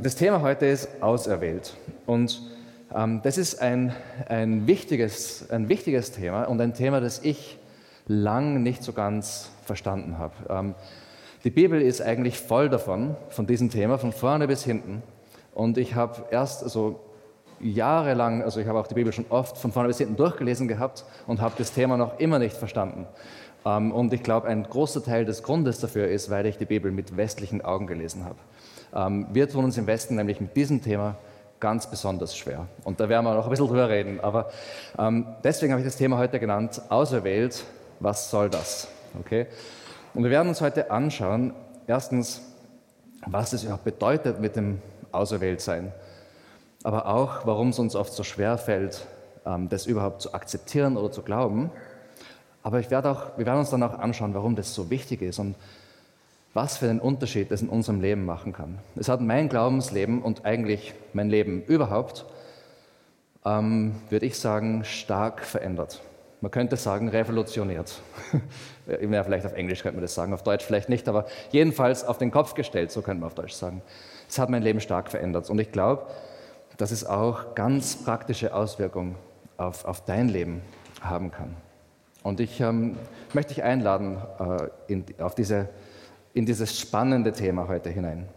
Das Thema heute ist auserwählt. Und das ist ein wichtiges Thema und ein Thema, das ich lang nicht so ganz verstanden habe. Die Bibel ist eigentlich voll davon, von diesem Thema, von vorne bis hinten. Und ich habe jahrelang, ich habe auch die Bibel schon oft von vorne bis hinten durchgelesen gehabt und habe das Thema noch immer nicht verstanden. Und ich glaube, ein großer Teil des Grundes dafür ist, weil ich die Bibel mit westlichen Augen gelesen habe. Wir tun uns im Westen nämlich mit diesem Thema ganz besonders schwer. Und da werden wir noch ein bisschen drüber reden. Aber deswegen habe ich das Thema heute genannt, auserwählt, was soll das? Okay? Und wir werden uns heute anschauen, erstens, was es überhaupt bedeutet mit dem Auserwähltsein, aber auch, warum es uns oft so schwer fällt, das überhaupt zu akzeptieren oder zu glauben. Aber wir werden uns dann auch anschauen, warum das so wichtig ist und was für einen Unterschied das in unserem Leben machen kann. Es hat mein Glaubensleben und eigentlich mein Leben überhaupt, würde ich sagen, stark verändert. Man könnte sagen, revolutioniert. Ja, vielleicht auf Englisch könnte man das sagen, auf Deutsch vielleicht nicht, aber jedenfalls auf den Kopf gestellt, so könnte man auf Deutsch sagen. Es hat mein Leben stark verändert und ich glaube, dass es auch ganz praktische Auswirkungen auf dein Leben haben kann. Und ich möchte dich einladen in dieses spannende Thema heute hinein.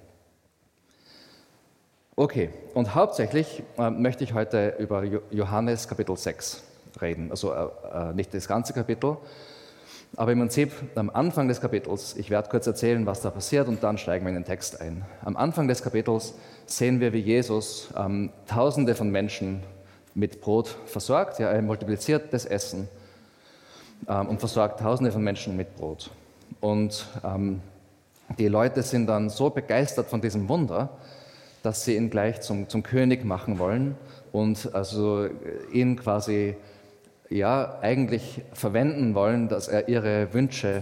Okay, und hauptsächlich möchte ich heute über Johannes Kapitel 6 reden. Also nicht das ganze Kapitel, aber im Prinzip am Anfang des Kapitels, ich werde kurz erzählen, was da passiert und dann steigen wir in den Text ein. Am Anfang des Kapitels sehen wir, wie Jesus Tausende von Menschen mit Brot versorgt. Ja, er multipliziert das Essen und versorgt Tausende von Menschen mit Brot. Und die Leute sind dann so begeistert von diesem Wunder, dass sie ihn gleich zum König machen wollen und also ihn quasi eigentlich verwenden wollen, dass er ihre Wünsche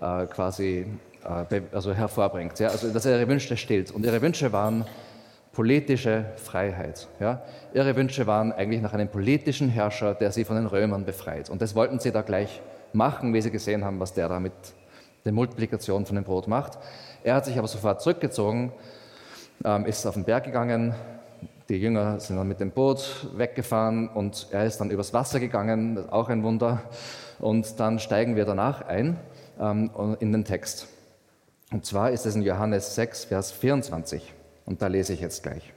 hervorbringt, ja? Also dass er ihre Wünsche stillt. Und ihre Wünsche waren politische Freiheit. Ja? Ihre Wünsche waren eigentlich nach einem politischen Herrscher, der sie von den Römern befreit. Und das wollten sie da gleich machen, wie sie gesehen haben, was der da mit der Multiplikation von dem Brot macht. Er hat sich aber sofort zurückgezogen, ist auf den Berg gegangen, die Jünger sind dann mit dem Boot weggefahren und er ist dann übers Wasser gegangen, das ist auch ein Wunder. Und dann steigen wir danach ein in den Text. Und zwar ist es in Johannes 6, Vers 24 und da lese ich jetzt gleich.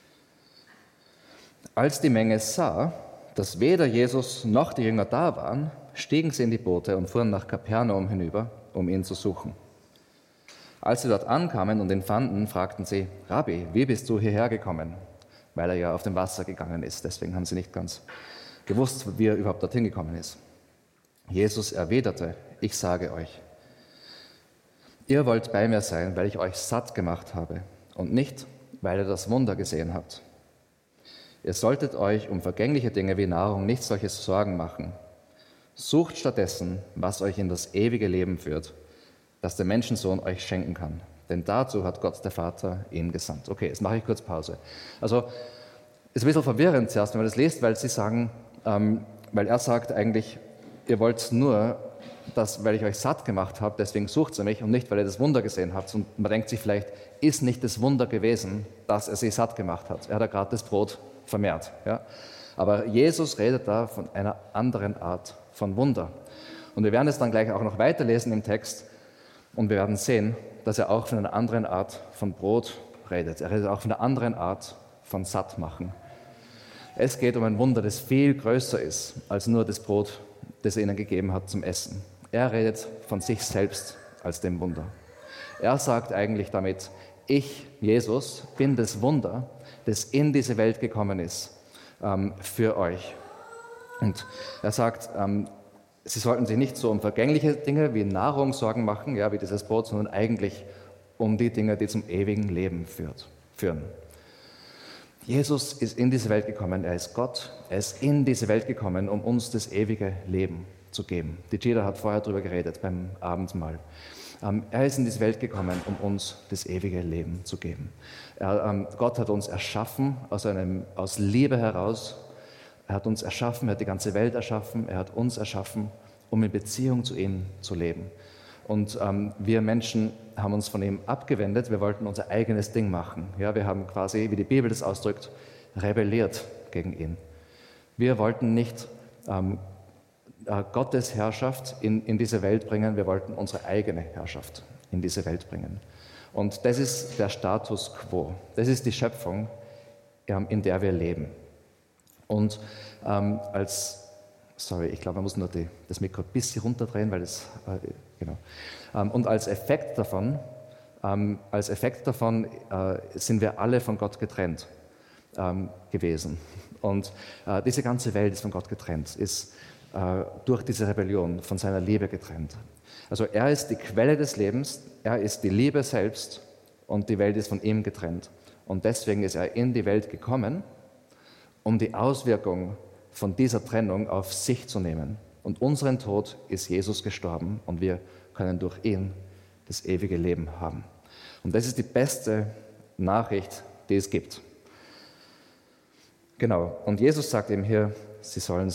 Als die Menge sah, dass weder Jesus noch die Jünger da waren, stiegen sie in die Boote und fuhren nach Kapernaum hinüber, um ihn zu suchen. Als sie dort ankamen und ihn fanden, fragten sie, Rabbi, wie bist du hierher gekommen? Weil er ja auf dem Wasser gegangen ist. Deswegen haben sie nicht ganz gewusst, wie er überhaupt dorthin gekommen ist. Jesus erwiderte, ich sage euch, ihr wollt bei mir sein, weil ich euch satt gemacht habe und nicht, weil ihr das Wunder gesehen habt. Ihr solltet euch um vergängliche Dinge wie Nahrung nicht solche Sorgen machen. Sucht stattdessen, was euch in das ewige Leben führt, das der Menschensohn euch schenken kann. Denn dazu hat Gott der Vater ihn gesandt. Okay, jetzt mache ich kurz Pause. Also, ist ein bisschen verwirrend zuerst, wenn man das liest, weil sie sagen, weil er sagt eigentlich, ihr wollt nur das, weil ich euch satt gemacht habe, deswegen sucht ihr mich und nicht, weil ihr das Wunder gesehen habt. Und man denkt sich vielleicht, ist nicht das Wunder gewesen, dass er sie satt gemacht hat. Er hat ja gerade das Brot vermehrt. Ja? Aber Jesus redet da von einer anderen Art von Wunder. Und wir werden es dann gleich auch noch weiterlesen im Text und wir werden sehen, dass er auch von einer anderen Art von Brot redet. Er redet auch von einer anderen Art von Sattmachen. Es geht um ein Wunder, das viel größer ist als nur das Brot, das er ihnen gegeben hat zum Essen. Er redet von sich selbst als dem Wunder. Er sagt eigentlich damit, ich, Jesus, bin das Wunder, das in diese Welt gekommen ist, für euch. Und er sagt, sie sollten sich nicht so um vergängliche Dinge wie Nahrung Sorgen machen, ja, wie dieses Brot, sondern eigentlich um die Dinge, die zum ewigen Leben führen. Jesus ist in diese Welt gekommen, er ist Gott, er ist in diese Welt gekommen, um uns das ewige Leben zu geben. Die Gida hat vorher darüber geredet, beim Abendmahl. Er ist in diese Welt gekommen, um uns das ewige Leben zu geben. Gott hat uns erschaffen aus Liebe heraus. Er hat uns erschaffen, er hat die ganze Welt erschaffen, er hat uns erschaffen, um in Beziehung zu ihm zu leben. Und wir Menschen haben uns von ihm abgewendet. Wir wollten unser eigenes Ding machen. Ja, wir haben quasi, wie die Bibel das ausdrückt, rebelliert gegen ihn. Wir wollten nicht Gottes Herrschaft in diese Welt bringen. Wir wollten unsere eigene Herrschaft in diese Welt bringen. Und das ist der Status quo. Das ist die Schöpfung, in der wir leben. Und ich glaube, man muss nur das Mikro ein bisschen runterdrehen, weil das, genau. Und als Effekt davon sind wir alle von Gott getrennt gewesen. Und diese ganze Welt ist von Gott getrennt, ist durch diese Rebellion von seiner Liebe getrennt. Also er ist die Quelle des Lebens, er ist die Liebe selbst und die Welt ist von ihm getrennt. Und deswegen ist er in die Welt gekommen, um die Auswirkung von dieser Trennung auf sich zu nehmen. Und unseren Tod ist Jesus gestorben und wir können durch ihn das ewige Leben haben. Und das ist die beste Nachricht, die es gibt. Genau, und Jesus sagt eben hier, sie sollen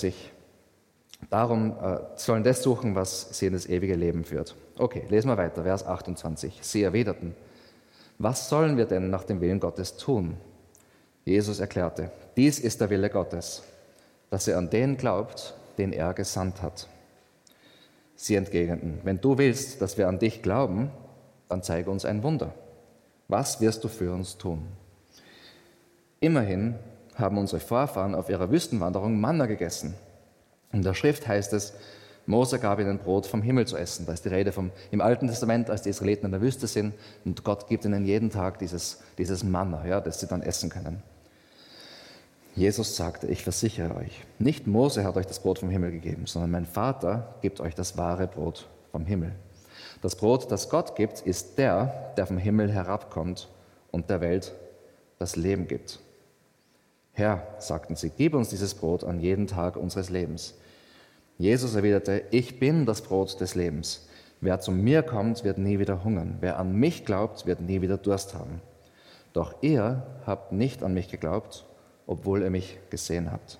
das suchen, was sie in das ewige Leben führt. Okay, lesen wir weiter, Vers 28. Sie erwiderten, was sollen wir denn nach dem Willen Gottes tun? Jesus erklärte, dies ist der Wille Gottes, dass er an den glaubt, den er gesandt hat. Sie entgegneten, wenn du willst, dass wir an dich glauben, dann zeige uns ein Wunder. Was wirst du für uns tun? Immerhin haben unsere Vorfahren auf ihrer Wüstenwanderung Manna gegessen. In der Schrift heißt es, Mose gab ihnen Brot vom Himmel zu essen. Da ist die Rede im Alten Testament, als die Israeliten in der Wüste sind und Gott gibt ihnen jeden Tag dieses Manna, ja, das sie dann essen können. Jesus sagte, ich versichere euch, nicht Mose hat euch das Brot vom Himmel gegeben, sondern mein Vater gibt euch das wahre Brot vom Himmel. Das Brot, das Gott gibt, ist der vom Himmel herabkommt und der Welt das Leben gibt. Herr, sagten sie, gib uns dieses Brot an jeden Tag unseres Lebens. Jesus erwiderte, ich bin das Brot des Lebens. Wer zu mir kommt, wird nie wieder hungern. Wer an mich glaubt, wird nie wieder Durst haben. Doch ihr habt nicht an mich geglaubt, obwohl ihr mich gesehen habt.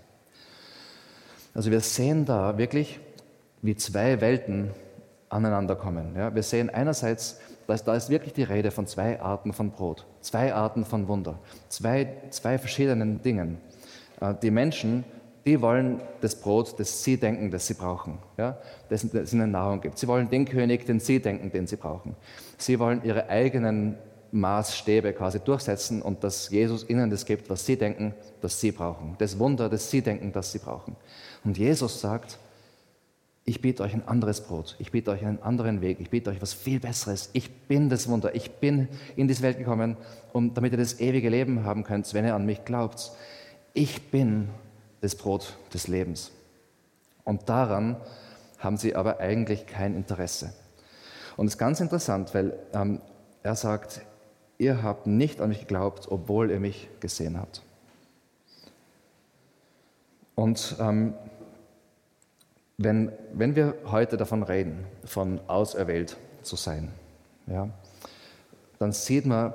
Also wir sehen da wirklich, wie zwei Welten aneinander kommen. Ja, wir sehen einerseits, da ist wirklich die Rede von zwei Arten von Brot, zwei Arten von Wunder, zwei verschiedenen Dingen. Die Menschen, die wollen das Brot, das sie denken, das sie brauchen, ja, das ihnen Nahrung gibt. Sie wollen den König, den sie denken, den sie brauchen. Sie wollen ihre eigenen Maßstäbe quasi durchsetzen und dass Jesus ihnen das gibt, was sie denken, das sie brauchen. Das Wunder, das sie denken, das sie brauchen. Und Jesus sagt, ich biete euch ein anderes Brot, ich biete euch einen anderen Weg, ich biete euch was viel Besseres. Ich bin das Wunder, ich bin in diese Welt gekommen, damit ihr das ewige Leben haben könnt, wenn ihr an mich glaubt. Ich bin das Brot des Lebens. Und daran haben sie aber eigentlich kein Interesse. Und es ist ganz interessant, weil er sagt, ihr habt nicht an mich geglaubt, obwohl ihr mich gesehen habt. Und wenn wir heute davon reden, von auserwählt zu sein, ja, dann sieht man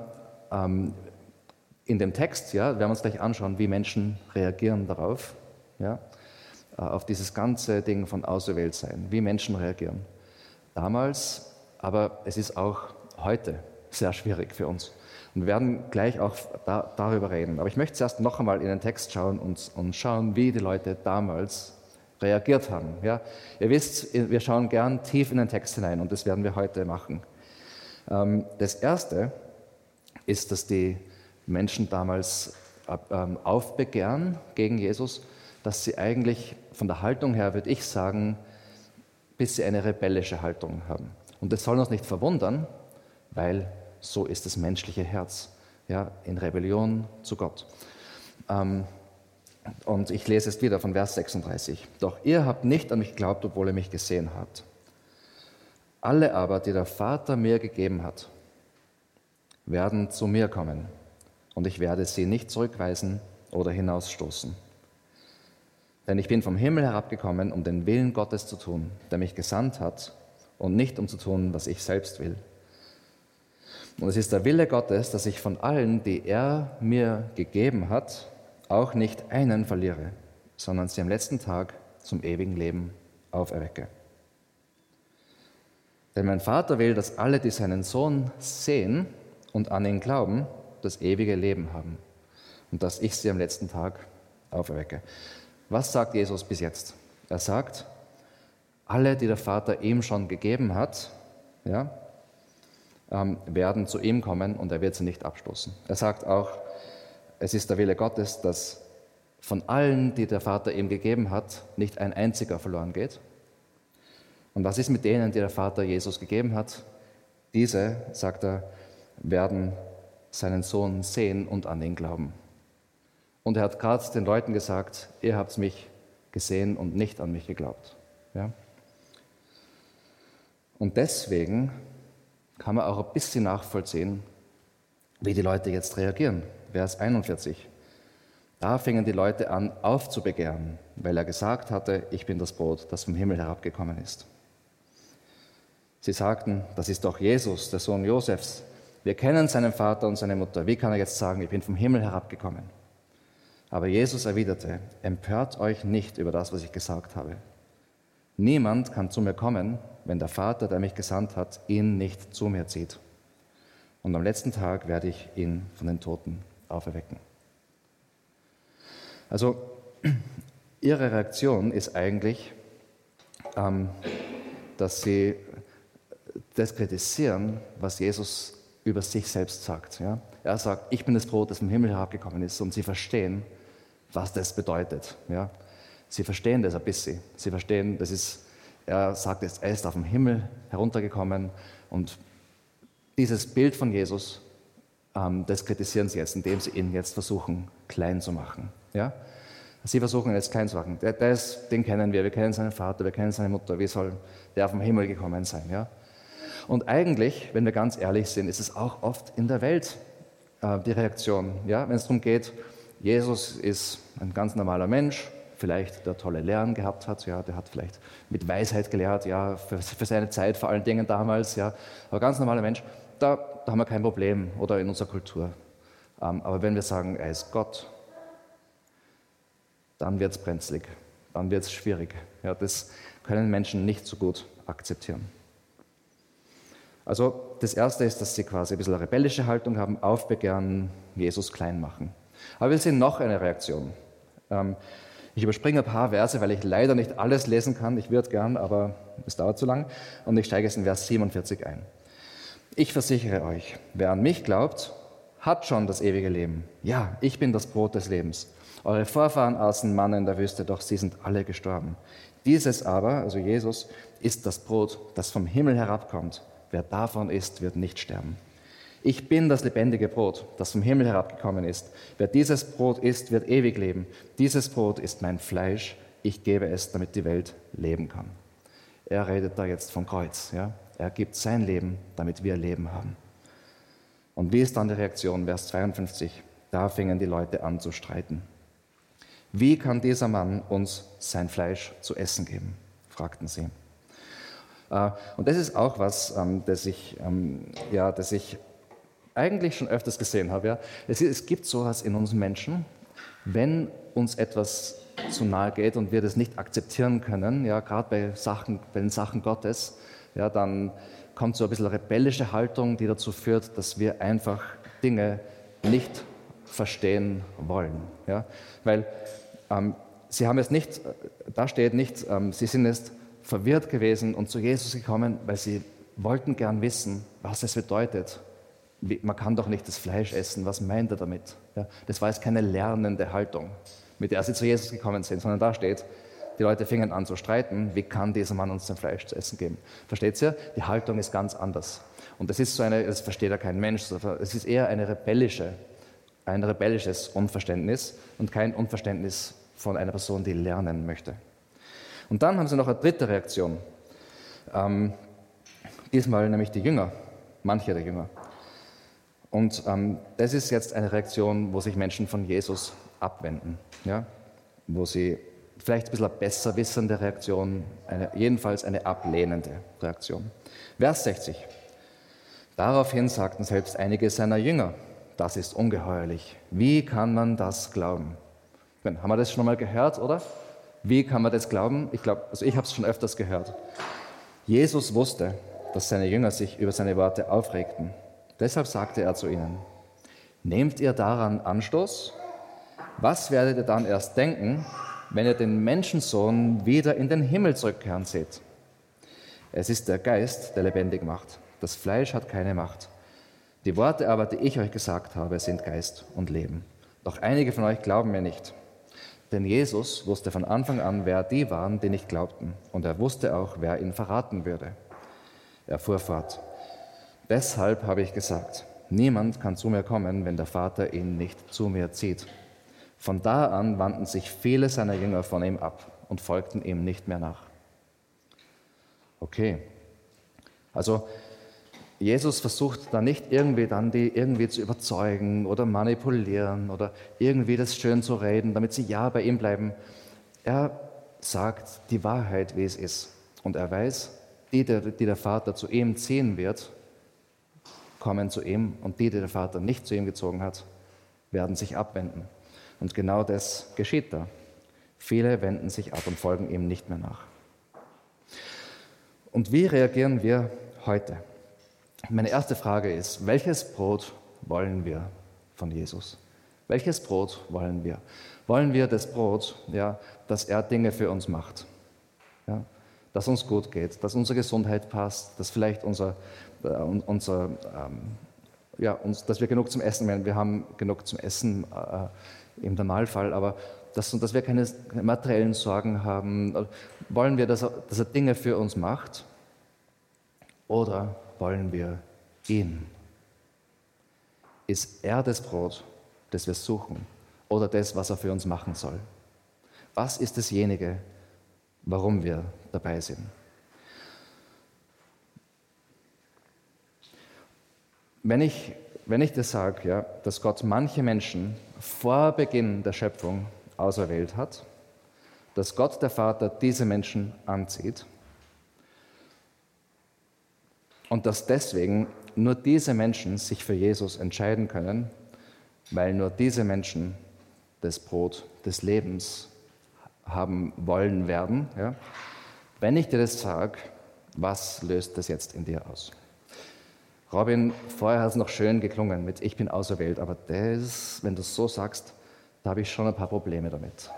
in dem Text, ja, werden wir uns gleich anschauen, wie Menschen reagieren darauf, ja, auf dieses ganze Ding von auserwählt sein, wie Menschen reagieren. Damals, aber es ist auch heute sehr schwierig für uns. Und wir werden gleich auch darüber reden. Aber ich möchte zuerst noch einmal in den Text schauen und schauen, wie die Leute damals reagiert haben. Ja, ihr wisst, wir schauen gern tief in den Text hinein und das werden wir heute machen. Das Erste ist, dass die Menschen damals aufbegehren gegen Jesus, dass sie eigentlich von der Haltung her, würde ich sagen, bis sie eine rebellische Haltung haben. Und das soll uns nicht verwundern, weil so ist das menschliche Herz, ja, in Rebellion zu Gott. Und ich lese es wieder von Vers 36. Doch ihr habt nicht an mich geglaubt, obwohl ihr mich gesehen habt. Alle aber, die der Vater mir gegeben hat, werden zu mir kommen, und ich werde sie nicht zurückweisen oder hinausstoßen. Denn ich bin vom Himmel herabgekommen, um den Willen Gottes zu tun, der mich gesandt hat, und nicht um zu tun, was ich selbst will. Und es ist der Wille Gottes, dass ich von allen, die er mir gegeben hat, auch nicht einen verliere, sondern sie am letzten Tag zum ewigen Leben auferwecke. Denn mein Vater will, dass alle, die seinen Sohn sehen und an ihn glauben, das ewige Leben haben und dass ich sie am letzten Tag auferwecke. Was sagt Jesus bis jetzt? Er sagt, alle, die der Vater ihm schon gegeben hat, ja, werden zu ihm kommen und er wird sie nicht abstoßen. Er sagt auch, es ist der Wille Gottes, dass von allen, die der Vater ihm gegeben hat, nicht ein einziger verloren geht. Und was ist mit denen, die der Vater Jesus gegeben hat? Diese, sagt er, werden seinen Sohn sehen und an ihn glauben. Und er hat gerade den Leuten gesagt, ihr habt mich gesehen und nicht an mich geglaubt. Ja? Und deswegen kann man auch ein bisschen nachvollziehen, wie die Leute jetzt reagieren. Vers 41. Da fingen die Leute an, aufzubegehren, weil er gesagt hatte, ich bin das Brot, das vom Himmel herabgekommen ist. Sie sagten, das ist doch Jesus, der Sohn Josefs. Wir kennen seinen Vater und seine Mutter. Wie kann er jetzt sagen, ich bin vom Himmel herabgekommen? Aber Jesus erwiderte, empört euch nicht über das, was ich gesagt habe. Niemand kann zu mir kommen, wenn der Vater, der mich gesandt hat, ihn nicht zu mir zieht. Und am letzten Tag werde ich ihn von den Toten auferwecken. Also ihre Reaktion ist eigentlich, dass sie das kritisieren, was Jesus über sich selbst sagt. Ja? Er sagt, ich bin das Brot, das vom Himmel herabgekommen ist. Und sie verstehen, was das bedeutet. Ja? Sie verstehen das ein bisschen. Sie verstehen, er sagt jetzt, er ist auf dem Himmel heruntergekommen. Und dieses Bild von Jesus, das kritisieren sie jetzt, indem sie ihn jetzt versuchen, klein zu machen. Ja? Sie versuchen ihn jetzt klein zu machen. Den kennen wir kennen seinen Vater, wir kennen seine Mutter. Wie soll der vom Himmel gekommen sein? Ja? Und eigentlich, wenn wir ganz ehrlich sind, ist es auch oft in der Welt die Reaktion. Ja? Wenn es darum geht, Jesus ist ein ganz normaler Mensch, vielleicht der tolle Lehren gehabt hat, ja, der hat vielleicht mit Weisheit gelehrt, ja, für seine Zeit vor allen Dingen damals, ja, aber ganz normaler Mensch, da haben wir kein Problem oder in unserer Kultur. Aber wenn wir sagen, er ist Gott, dann wird es brenzlig, dann wird es schwierig. Ja, das können Menschen nicht so gut akzeptieren. Also das Erste ist, dass sie quasi ein bisschen eine rebellische Haltung haben, aufbegehren, Jesus klein machen. Aber wir sehen noch eine Reaktion. Ich überspringe ein paar Verse, weil ich leider nicht alles lesen kann. Ich würde gern, aber es dauert zu lang. Und ich steige jetzt in Vers 47 ein. Ich versichere euch, wer an mich glaubt, hat schon das ewige Leben. Ja, ich bin das Brot des Lebens. Eure Vorfahren aßen Manna in der Wüste, doch sie sind alle gestorben. Dieses aber, also Jesus, ist das Brot, das vom Himmel herabkommt. Wer davon isst, wird nicht sterben. Ich bin das lebendige Brot, das vom Himmel herabgekommen ist. Wer dieses Brot isst, wird ewig leben. Dieses Brot ist mein Fleisch. Ich gebe es, damit die Welt leben kann. Er redet da jetzt vom Kreuz. Ja? Er gibt sein Leben, damit wir Leben haben. Und wie ist dann die Reaktion? Vers 52. Da fingen die Leute an zu streiten. Wie kann dieser Mann uns sein Fleisch zu essen geben? Fragten sie. Und das ist auch was, das ich eigentlich schon öfters gesehen habe. Ja. Es gibt sowas in uns Menschen, wenn uns etwas zu nahe geht und wir das nicht akzeptieren können, ja, gerade bei den Sachen Gottes, ja, dann kommt so ein bisschen rebellische Haltung, die dazu führt, dass wir einfach Dinge nicht verstehen wollen. Ja. Weil sie haben es nicht, da steht nicht, sie sind jetzt verwirrt gewesen und zu Jesus gekommen, weil sie wollten gern wissen, was es bedeutet. Man kann doch nicht das Fleisch essen, was meint er damit? Ja, das war jetzt keine lernende Haltung, mit der sie zu Jesus gekommen sind, sondern da steht, die Leute fingen an zu streiten, wie kann dieser Mann uns sein Fleisch zu essen geben? Versteht ihr? Die Haltung ist ganz anders. Und das ist das versteht ja kein Mensch, es ist eher ein rebellisches Unverständnis und kein Unverständnis von einer Person, die lernen möchte. Und dann haben sie noch eine dritte Reaktion. Diesmal nämlich die Jünger, manche der Jünger. Und das ist jetzt eine Reaktion, wo sich Menschen von Jesus abwenden. Ja? Wo sie vielleicht ein bisschen eine besserwissende Reaktion, jedenfalls eine ablehnende Reaktion. Vers 60. Daraufhin sagten selbst einige seiner Jünger, das ist ungeheuerlich. Wie kann man das glauben? Haben wir das schon mal gehört, oder? Wie kann man das glauben? Ich habe es schon öfters gehört. Jesus wusste, dass seine Jünger sich über seine Worte aufregten. Deshalb sagte er zu ihnen: Nehmt ihr daran Anstoß? Was werdet ihr dann erst denken, wenn ihr den Menschensohn wieder in den Himmel zurückkehren seht? Es ist der Geist, der lebendig macht. Das Fleisch hat keine Macht. Die Worte aber, die ich euch gesagt habe, sind Geist und Leben. Doch einige von euch glauben mir nicht. Denn Jesus wusste von Anfang an, wer die waren, die nicht glaubten. Und er wusste auch, wer ihn verraten würde. Er fuhr fort: Deshalb habe ich gesagt, niemand kann zu mir kommen, wenn der Vater ihn nicht zu mir zieht. Von da an wandten sich viele seiner Jünger von ihm ab und folgten ihm nicht mehr nach. Okay, also Jesus versucht da nicht irgendwie dann die irgendwie zu überzeugen oder manipulieren oder irgendwie das schön zu reden, damit sie ja bei ihm bleiben. Er sagt die Wahrheit, wie es ist. Und er weiß, die der Vater zu ihm ziehen wird, kommen zu ihm, und die der Vater nicht zu ihm gezogen hat, werden sich abwenden. Und genau das geschieht da. Viele wenden sich ab und folgen ihm nicht mehr nach. Und wie reagieren wir heute? Meine erste Frage ist: Welches Brot wollen wir von Jesus? Welches Brot wollen wir? Wollen wir das Brot, ja, dass er Dinge für uns macht? Ja, dass uns gut geht, dass unsere Gesundheit passt, dass vielleicht dass wir genug zum Essen haben. Wir haben genug zum Essen im Normalfall, aber dass wir keine materiellen Sorgen haben. Wollen wir, dass er Dinge für uns macht? Oder wollen wir ihn? Ist er das Brot, das wir suchen, oder das, was er für uns machen soll? Was ist dasjenige, warum wir dabei sind? Wenn ich das sage, ja, dass Gott manche Menschen vor Beginn der Schöpfung auserwählt hat, dass Gott der Vater diese Menschen anzieht und dass deswegen nur diese Menschen sich für Jesus entscheiden können, weil nur diese Menschen das Brot des Lebens haben wollen werden. Ja. Wenn ich dir das sage, was löst das jetzt in dir aus? Robin, vorher hat es noch schön geklungen mit "Ich bin auserwählt", aber das, wenn du es so sagst, da habe ich schon ein paar Probleme damit.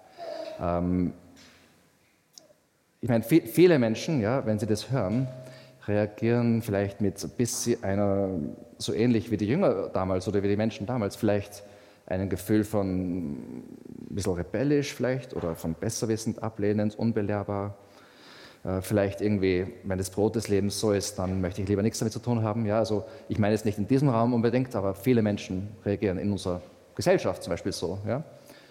Ich meine, viele Menschen, ja, wenn sie das hören, reagieren vielleicht mit ein bisschen so ähnlich wie die Jünger damals oder wie die Menschen damals, vielleicht ein Gefühl von ein bisschen rebellisch vielleicht oder von besserwissend, ablehnend, unbelehrbar. Vielleicht irgendwie, wenn das Brot des Lebens so ist, dann möchte ich lieber nichts damit zu tun haben. Ja, also ich meine jetzt nicht in diesem Raum unbedingt, aber viele Menschen reagieren in unserer Gesellschaft zum Beispiel so. Ja.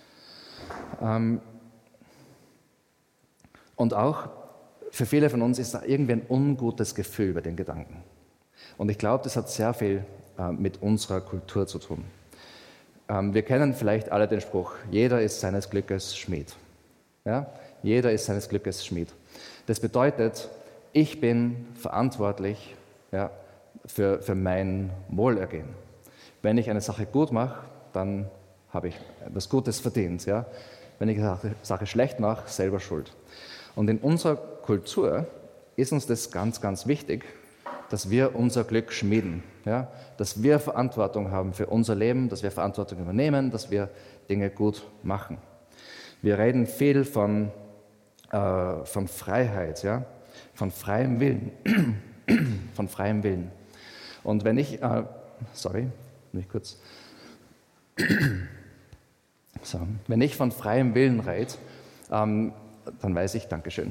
Und auch für viele von uns ist da irgendwie ein ungutes Gefühl bei den Gedanken. Und ich glaube, das hat sehr viel mit unserer Kultur zu tun. Wir kennen vielleicht alle den Spruch: Jeder ist seines Glückes Schmied. Ja? Jeder ist seines Glückes Schmied. Das bedeutet, ich bin verantwortlich, ja, für mein Wohlergehen. Wenn ich eine Sache gut mache, dann habe ich etwas Gutes verdient. Ja? Wenn ich eine Sache schlecht mache, selber schuld. Und in unserer Kultur ist uns das ganz, ganz wichtig, dass wir unser Glück schmieden. Ja? Dass wir Verantwortung haben für unser Leben, dass wir Verantwortung übernehmen, dass wir Dinge gut machen. Wir reden viel von Freiheit, ja? Von freiem Willen. Von freiem Willen. Und wenn ich, wenn ich von freiem Willen rede, dann weiß ich, Dankeschön.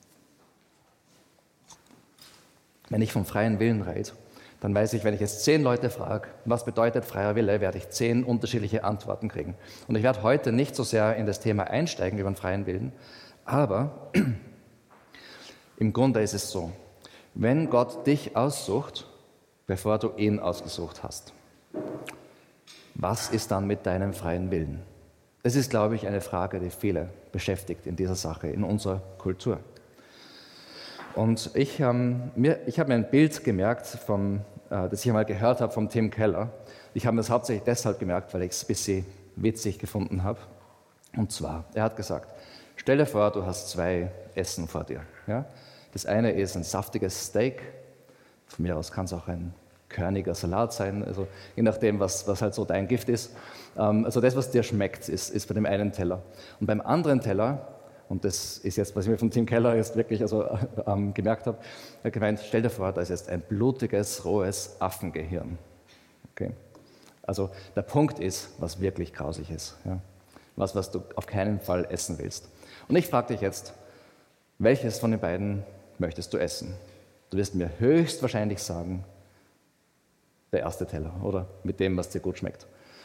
Wenn ich vom freien Willen rede, dann weiß ich, wenn ich jetzt 10 Leute frage, was bedeutet freier Wille, werde ich 10 unterschiedliche Antworten kriegen. Und ich werde heute nicht so sehr in das Thema einsteigen über den freien Willen, aber im Grunde ist es so: Wenn Gott dich aussucht, bevor du ihn ausgesucht hast, was ist dann mit deinem freien Willen? Das ist, glaube ich, eine Frage, die viele beschäftigt in dieser Sache, in unserer Kultur. Und ich habe mir ein Bild gemerkt, das ich einmal gehört habe von Tim Keller. Ich habe das hauptsächlich deshalb gemerkt, weil ich es ein bisschen witzig gefunden habe. Und zwar, er hat gesagt: Stell dir vor, du hast 2 Essen vor dir. Ja? Das eine ist ein saftiges Steak Von mir aus kann es auch ein körniger Salat sein, also je nachdem, was halt so dein Gift ist. Also das, was dir schmeckt, ist bei dem einen Teller. Und beim anderen Teller, und das ist jetzt, was ich mir von Tim Keller jetzt wirklich gemerkt habe, er hat gemeint, stell dir vor, da ist jetzt ein blutiges, rohes Affengehirn. Okay? Also der Punkt ist, was wirklich grausig ist. Ja? Was du auf keinen Fall essen willst. Und ich frage dich jetzt, welches von den beiden möchtest du essen? Du wirst mir höchstwahrscheinlich sagen, der erste Teller, oder mit dem, was dir gut schmeckt.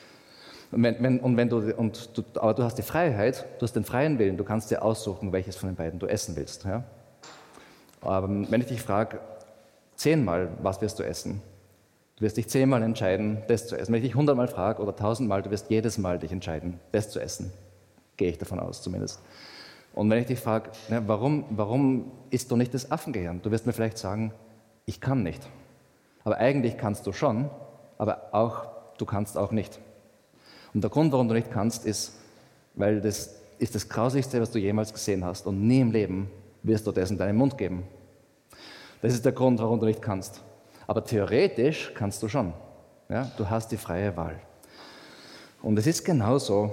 Aber du hast die Freiheit, du hast den freien Willen, du kannst dir aussuchen, welches von den beiden du essen willst. Ja? Aber wenn ich dich frage, 10-mal, was wirst du essen? Du wirst dich 10-mal entscheiden, das zu essen. Wenn ich dich 100-mal frage oder 1000-mal, du wirst jedes Mal dich entscheiden, das zu essen. Gehe ich davon aus zumindest. Und wenn ich dich frage, warum isst du nicht das Affengehirn? Du wirst mir vielleicht sagen, ich kann nicht. Aber eigentlich kannst du schon, aber du kannst auch nicht. Und der Grund, warum du nicht kannst, ist, weil das ist das Grausigste, was du jemals gesehen hast. Und nie im Leben wirst du das in deinen Mund geben. Das ist der Grund, warum du nicht kannst. Aber theoretisch kannst du schon. Ja? Du hast die freie Wahl. Und es ist genauso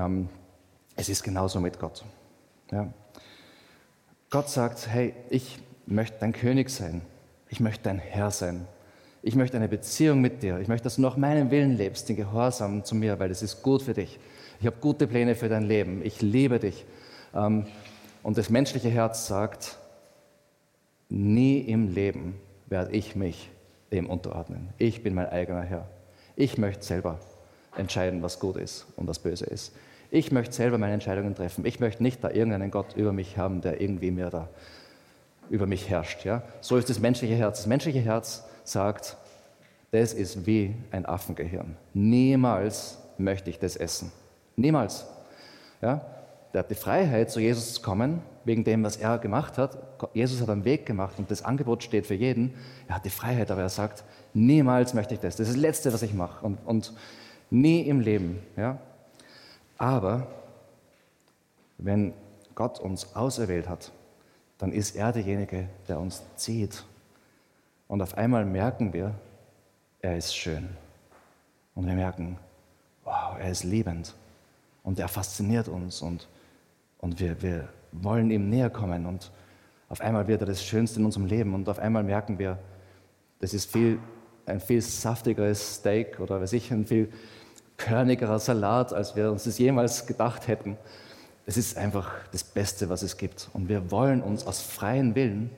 mit Gott. Ja? Gott sagt, hey, ich möchte dein König sein. Ich möchte dein Herr sein. Ich möchte eine Beziehung mit dir. Ich möchte, dass du nach meinem Willen lebst, den Gehorsam zu mir, weil das ist gut für dich. Ich habe gute Pläne für dein Leben. Ich liebe dich. Und das menschliche Herz sagt, nie im Leben werde ich mich dem unterordnen. Ich bin mein eigener Herr. Ich möchte selber entscheiden, was gut ist und was böse ist. Ich möchte selber meine Entscheidungen treffen. Ich möchte nicht da irgendeinen Gott über mich haben, der irgendwie mir da über mich herrscht. Ja? So ist das menschliche Herz. Das menschliche Herz sagt, das ist wie ein Affengehirn. Niemals möchte ich das essen. Niemals. Ja? Der hat die Freiheit, zu Jesus zu kommen, wegen dem, was er gemacht hat. Jesus hat einen Weg gemacht und das Angebot steht für jeden. Er hat die Freiheit, aber er sagt, niemals möchte ich das. Das ist das Letzte, was ich mache. Und nie im Leben. Ja? Aber wenn Gott uns auserwählt hat, dann ist er derjenige, der uns zieht. Und auf einmal merken wir, er ist schön. Und wir merken, wow, er ist liebend. Und er fasziniert uns. Und wir wollen ihm näher kommen. Und auf einmal wird er das Schönste in unserem Leben. Und auf einmal merken wir, das ist ein viel saftigeres Steak oder ein viel körnigerer Salat, als wir uns das jemals gedacht hätten. Es ist einfach das Beste, was es gibt. Und wir wollen uns aus freiem Willen,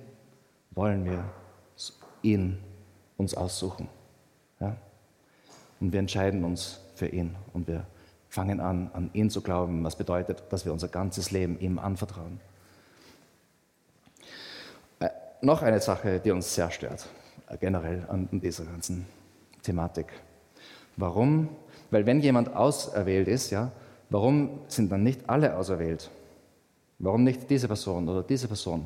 ihn uns aussuchen. Ja? Und wir entscheiden uns für ihn. Und wir fangen an ihn zu glauben, was bedeutet, dass wir unser ganzes Leben ihm anvertrauen. Noch eine Sache, die uns sehr stört, generell an dieser ganzen Thematik. Warum? Weil wenn jemand auserwählt ist, ja, warum sind dann nicht alle auserwählt? Warum nicht diese Person oder diese Person?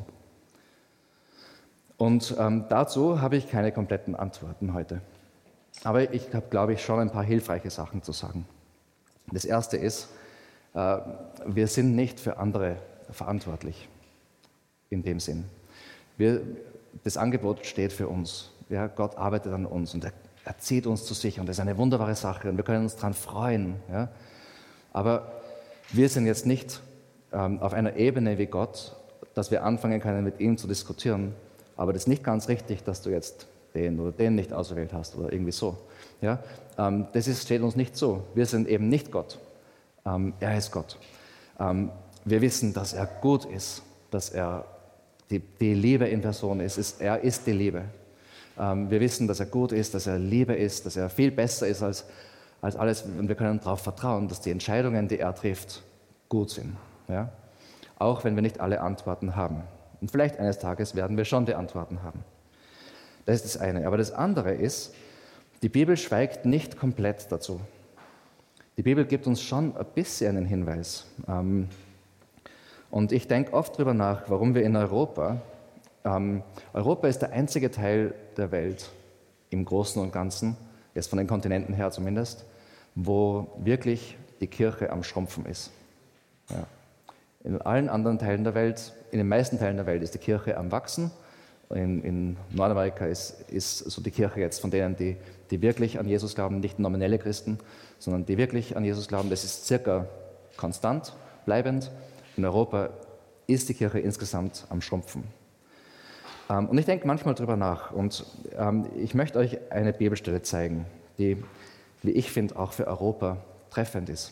Und dazu habe ich keine kompletten Antworten heute. Aber ich habe, glaube ich, schon ein paar hilfreiche Sachen zu sagen. Das Erste ist, wir sind nicht für andere verantwortlich, in dem Sinn. Das Angebot steht für uns. Ja, Gott arbeitet an uns und er zieht uns zu sich und das ist eine wunderbare Sache und wir können uns daran freuen. Ja? Aber wir sind jetzt nicht auf einer Ebene wie Gott, dass wir anfangen können, mit ihm zu diskutieren. Aber das ist nicht ganz richtig, dass du jetzt den oder den nicht auserwählt hast oder irgendwie so. Ja? Steht uns nicht so. Wir sind eben nicht Gott. Er ist Gott. Wir wissen, dass er gut ist, dass er die Liebe in Person ist. Er ist die Liebe. Wir wissen, dass er gut ist, dass er Liebe ist, dass er viel besser ist als alles. Und wir können darauf vertrauen, dass die Entscheidungen, die er trifft, gut sind. Ja? Auch wenn wir nicht alle Antworten haben. Und vielleicht eines Tages werden wir schon die Antworten haben. Das ist das eine. Aber das andere ist, die Bibel schweigt nicht komplett dazu. Die Bibel gibt uns schon ein bisschen einen Hinweis. Und ich denke oft darüber nach, warum wir in Europa ist der einzige Teil der Welt, im Großen und Ganzen, jetzt von den Kontinenten her zumindest, wo wirklich die Kirche am Schrumpfen ist. Ja. In allen anderen Teilen der Welt, in den meisten Teilen der Welt ist die Kirche am Wachsen In Nordamerika ist so die Kirche jetzt von denen, die wirklich an Jesus glauben, nicht nominelle Christen, sondern die wirklich an Jesus glauben. Das ist circa konstant, bleibend. In Europa ist die Kirche insgesamt am Schrumpfen. Und ich denke manchmal darüber nach. Und ich möchte euch eine Bibelstelle zeigen, die, wie ich finde, auch für Europa treffend ist.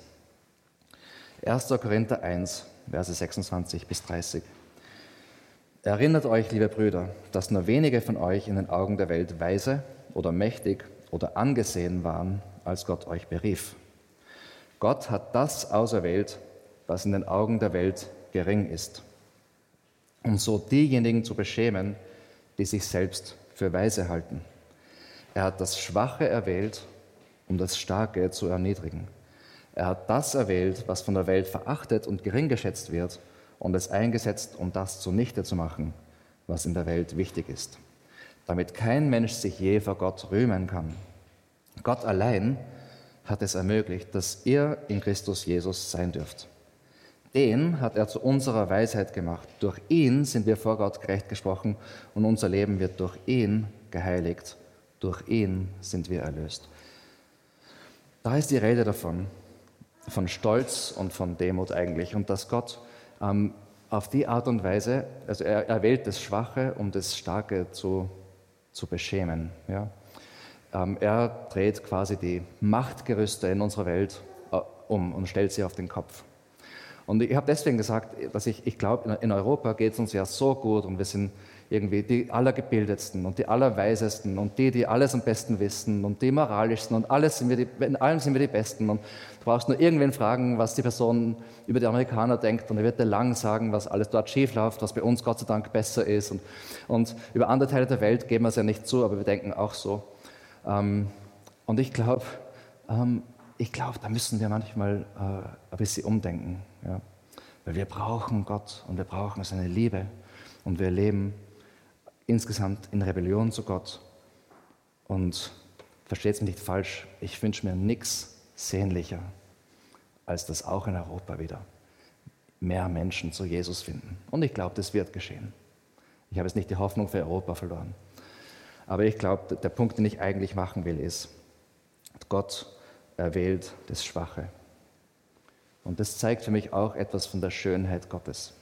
1. Korinther 1, Verse 26 bis 30. Erinnert euch, liebe Brüder, dass nur wenige von euch in den Augen der Welt weise oder mächtig oder angesehen waren, als Gott euch berief. Gott hat das auserwählt, was in den Augen der Welt gering ist, um so diejenigen zu beschämen, die sich selbst für weise halten. Er hat das Schwache erwählt, um das Starke zu erniedrigen. Er hat das erwählt, was von der Welt verachtet und gering geschätzt wird, und es eingesetzt, um das zunichte zu machen, was in der Welt wichtig ist, damit kein Mensch sich je vor Gott rühmen kann. Gott allein hat es ermöglicht, dass ihr in Christus Jesus sein dürft. Den hat er zu unserer Weisheit gemacht. Durch ihn sind wir vor Gott gerecht gesprochen und unser Leben wird durch ihn geheiligt. Durch ihn sind wir erlöst. Da ist die Rede davon, von Stolz und von Demut eigentlich, und dass Gott auf die Art und Weise, also er wählt das Schwache, um das Starke zu beschämen. Ja? Er dreht quasi die Machtgerüste in unserer Welt um und stellt sie auf den Kopf. Und ich habe deswegen gesagt, dass ich glaube, in Europa geht es uns ja so gut und wir sind irgendwie die Allergebildetsten und die Allerweisesten und die alles am besten wissen und die moralischsten und in allem sind wir die Besten. Und du brauchst nur irgendwen fragen, was die Person über die Amerikaner denkt, und er wird dir lang sagen, was alles dort schief läuft, was bei uns Gott sei Dank besser ist. Und über andere Teile der Welt geben wir es ja nicht zu, aber wir denken auch so. Und ich glaube, da müssen wir manchmal ein bisschen umdenken. Ja? Weil wir brauchen Gott und wir brauchen seine Liebe und wir leben insgesamt in Rebellion zu Gott. Und versteht es mich nicht falsch, ich wünsche mir nichts sehnlicher, als dass auch in Europa wieder mehr Menschen zu Jesus finden. Und ich glaube, das wird geschehen. Ich habe jetzt nicht die Hoffnung für Europa verloren. Aber ich glaube, der Punkt, den ich eigentlich machen will, ist, Gott erwählt das Schwache. Und das zeigt für mich auch etwas von der Schönheit Gottes.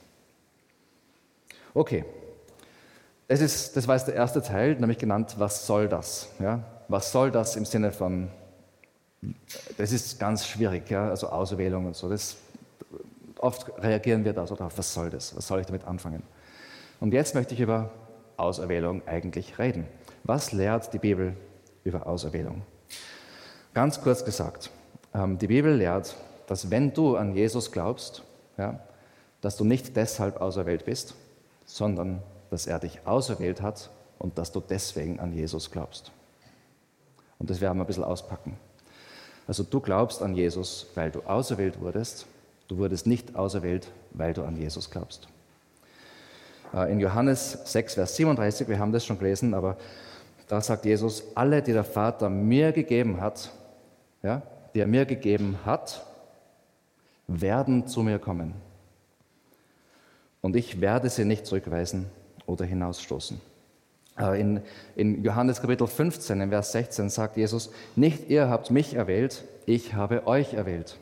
Okay, das war jetzt der erste Teil, nämlich genannt, was soll das? Ja? Was soll das im Sinne von, das ist ganz schwierig, ja? Also Auserwählung und so. Oft reagieren wir da so drauf, was soll das? Was soll ich damit anfangen? Und jetzt möchte ich über Auserwählung eigentlich reden. Was lehrt die Bibel über Auserwählung? Ganz kurz gesagt, die Bibel lehrt, dass wenn du an Jesus glaubst, ja, dass du nicht deshalb auserwählt bist, sondern dass er dich auserwählt hat und dass du deswegen an Jesus glaubst. Und das werden wir ein bisschen auspacken. Also du glaubst an Jesus, weil du auserwählt wurdest. Du wurdest nicht auserwählt, weil du an Jesus glaubst. In Johannes 6, Vers 37, wir haben das schon gelesen, aber da sagt Jesus, alle, die der Vater mir gegeben hat, ja, die er mir gegeben hat, werden zu mir kommen. Und ich werde sie nicht zurückweisen oder hinausstoßen. In Johannes Kapitel 15, in Vers 16 sagt Jesus, nicht ihr habt mich erwählt, ich habe euch erwählt.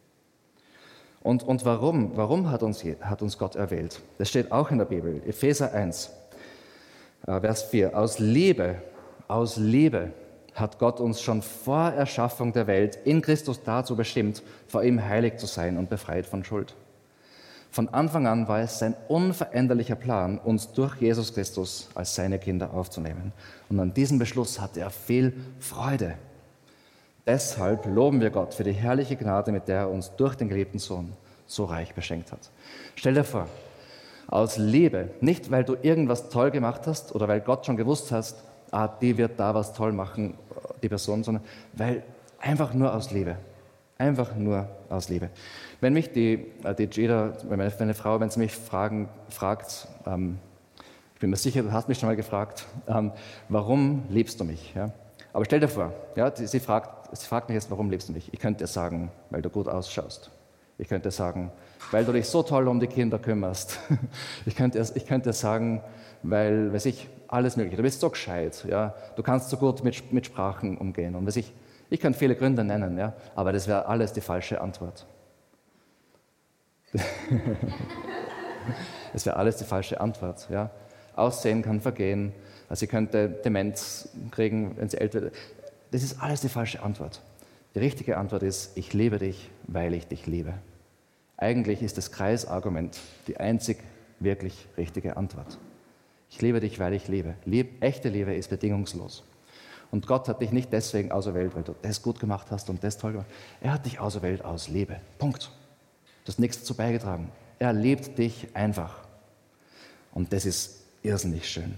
Und warum hat uns Gott erwählt? Das steht auch in der Bibel, Epheser 1, Vers 4. Aus Liebe hat Gott uns schon vor Erschaffung der Welt in Christus dazu bestimmt, vor ihm heilig zu sein und befreit von Schuld. Von Anfang an war es sein unveränderlicher Plan, uns durch Jesus Christus als seine Kinder aufzunehmen. Und an diesem Beschluss hatte er viel Freude. Deshalb loben wir Gott für die herrliche Gnade, mit der er uns durch den geliebten Sohn so reich beschenkt hat. Stell dir vor, aus Liebe, nicht weil du irgendwas toll gemacht hast oder weil Gott schon gewusst hast, die wird da was toll machen, die Person, sondern weil einfach nur aus Liebe. Einfach nur aus Liebe. Wenn mich die Jada, meine Frau, wenn sie mich fragt, ich bin mir sicher, du hast mich schon mal gefragt, warum liebst du mich? Ja? Aber stell dir vor, ja, sie fragt mich jetzt, warum liebst du mich? Ich könnte dir sagen, weil du gut ausschaust. Ich könnte dir sagen, weil du dich so toll um die Kinder kümmerst. Ich könnte dir sagen, weil, alles Mögliche. Du bist so gescheit, ja? Du kannst so gut mit Sprachen umgehen. Und ich könnte viele Gründe nennen, ja? Aber das wäre alles die falsche Antwort. Das wäre alles die falsche Antwort. Ja? Aussehen kann vergehen, also sie könnte Demenz kriegen, wenn sie älter wird. Das ist alles die falsche Antwort. Die richtige Antwort ist, ich liebe dich, weil ich dich liebe. Eigentlich ist das Kreisargument die einzig wirklich richtige Antwort. Ich liebe dich, weil ich liebe. Echte Liebe ist bedingungslos. Und Gott hat dich nicht deswegen auserwählt, weil du das gut gemacht hast und das toll gemacht. Er hat dich auserwählt aus Liebe. Punkt. Du hast nichts dazu beigetragen. Er liebt dich einfach. Und das ist irrsinnig schön.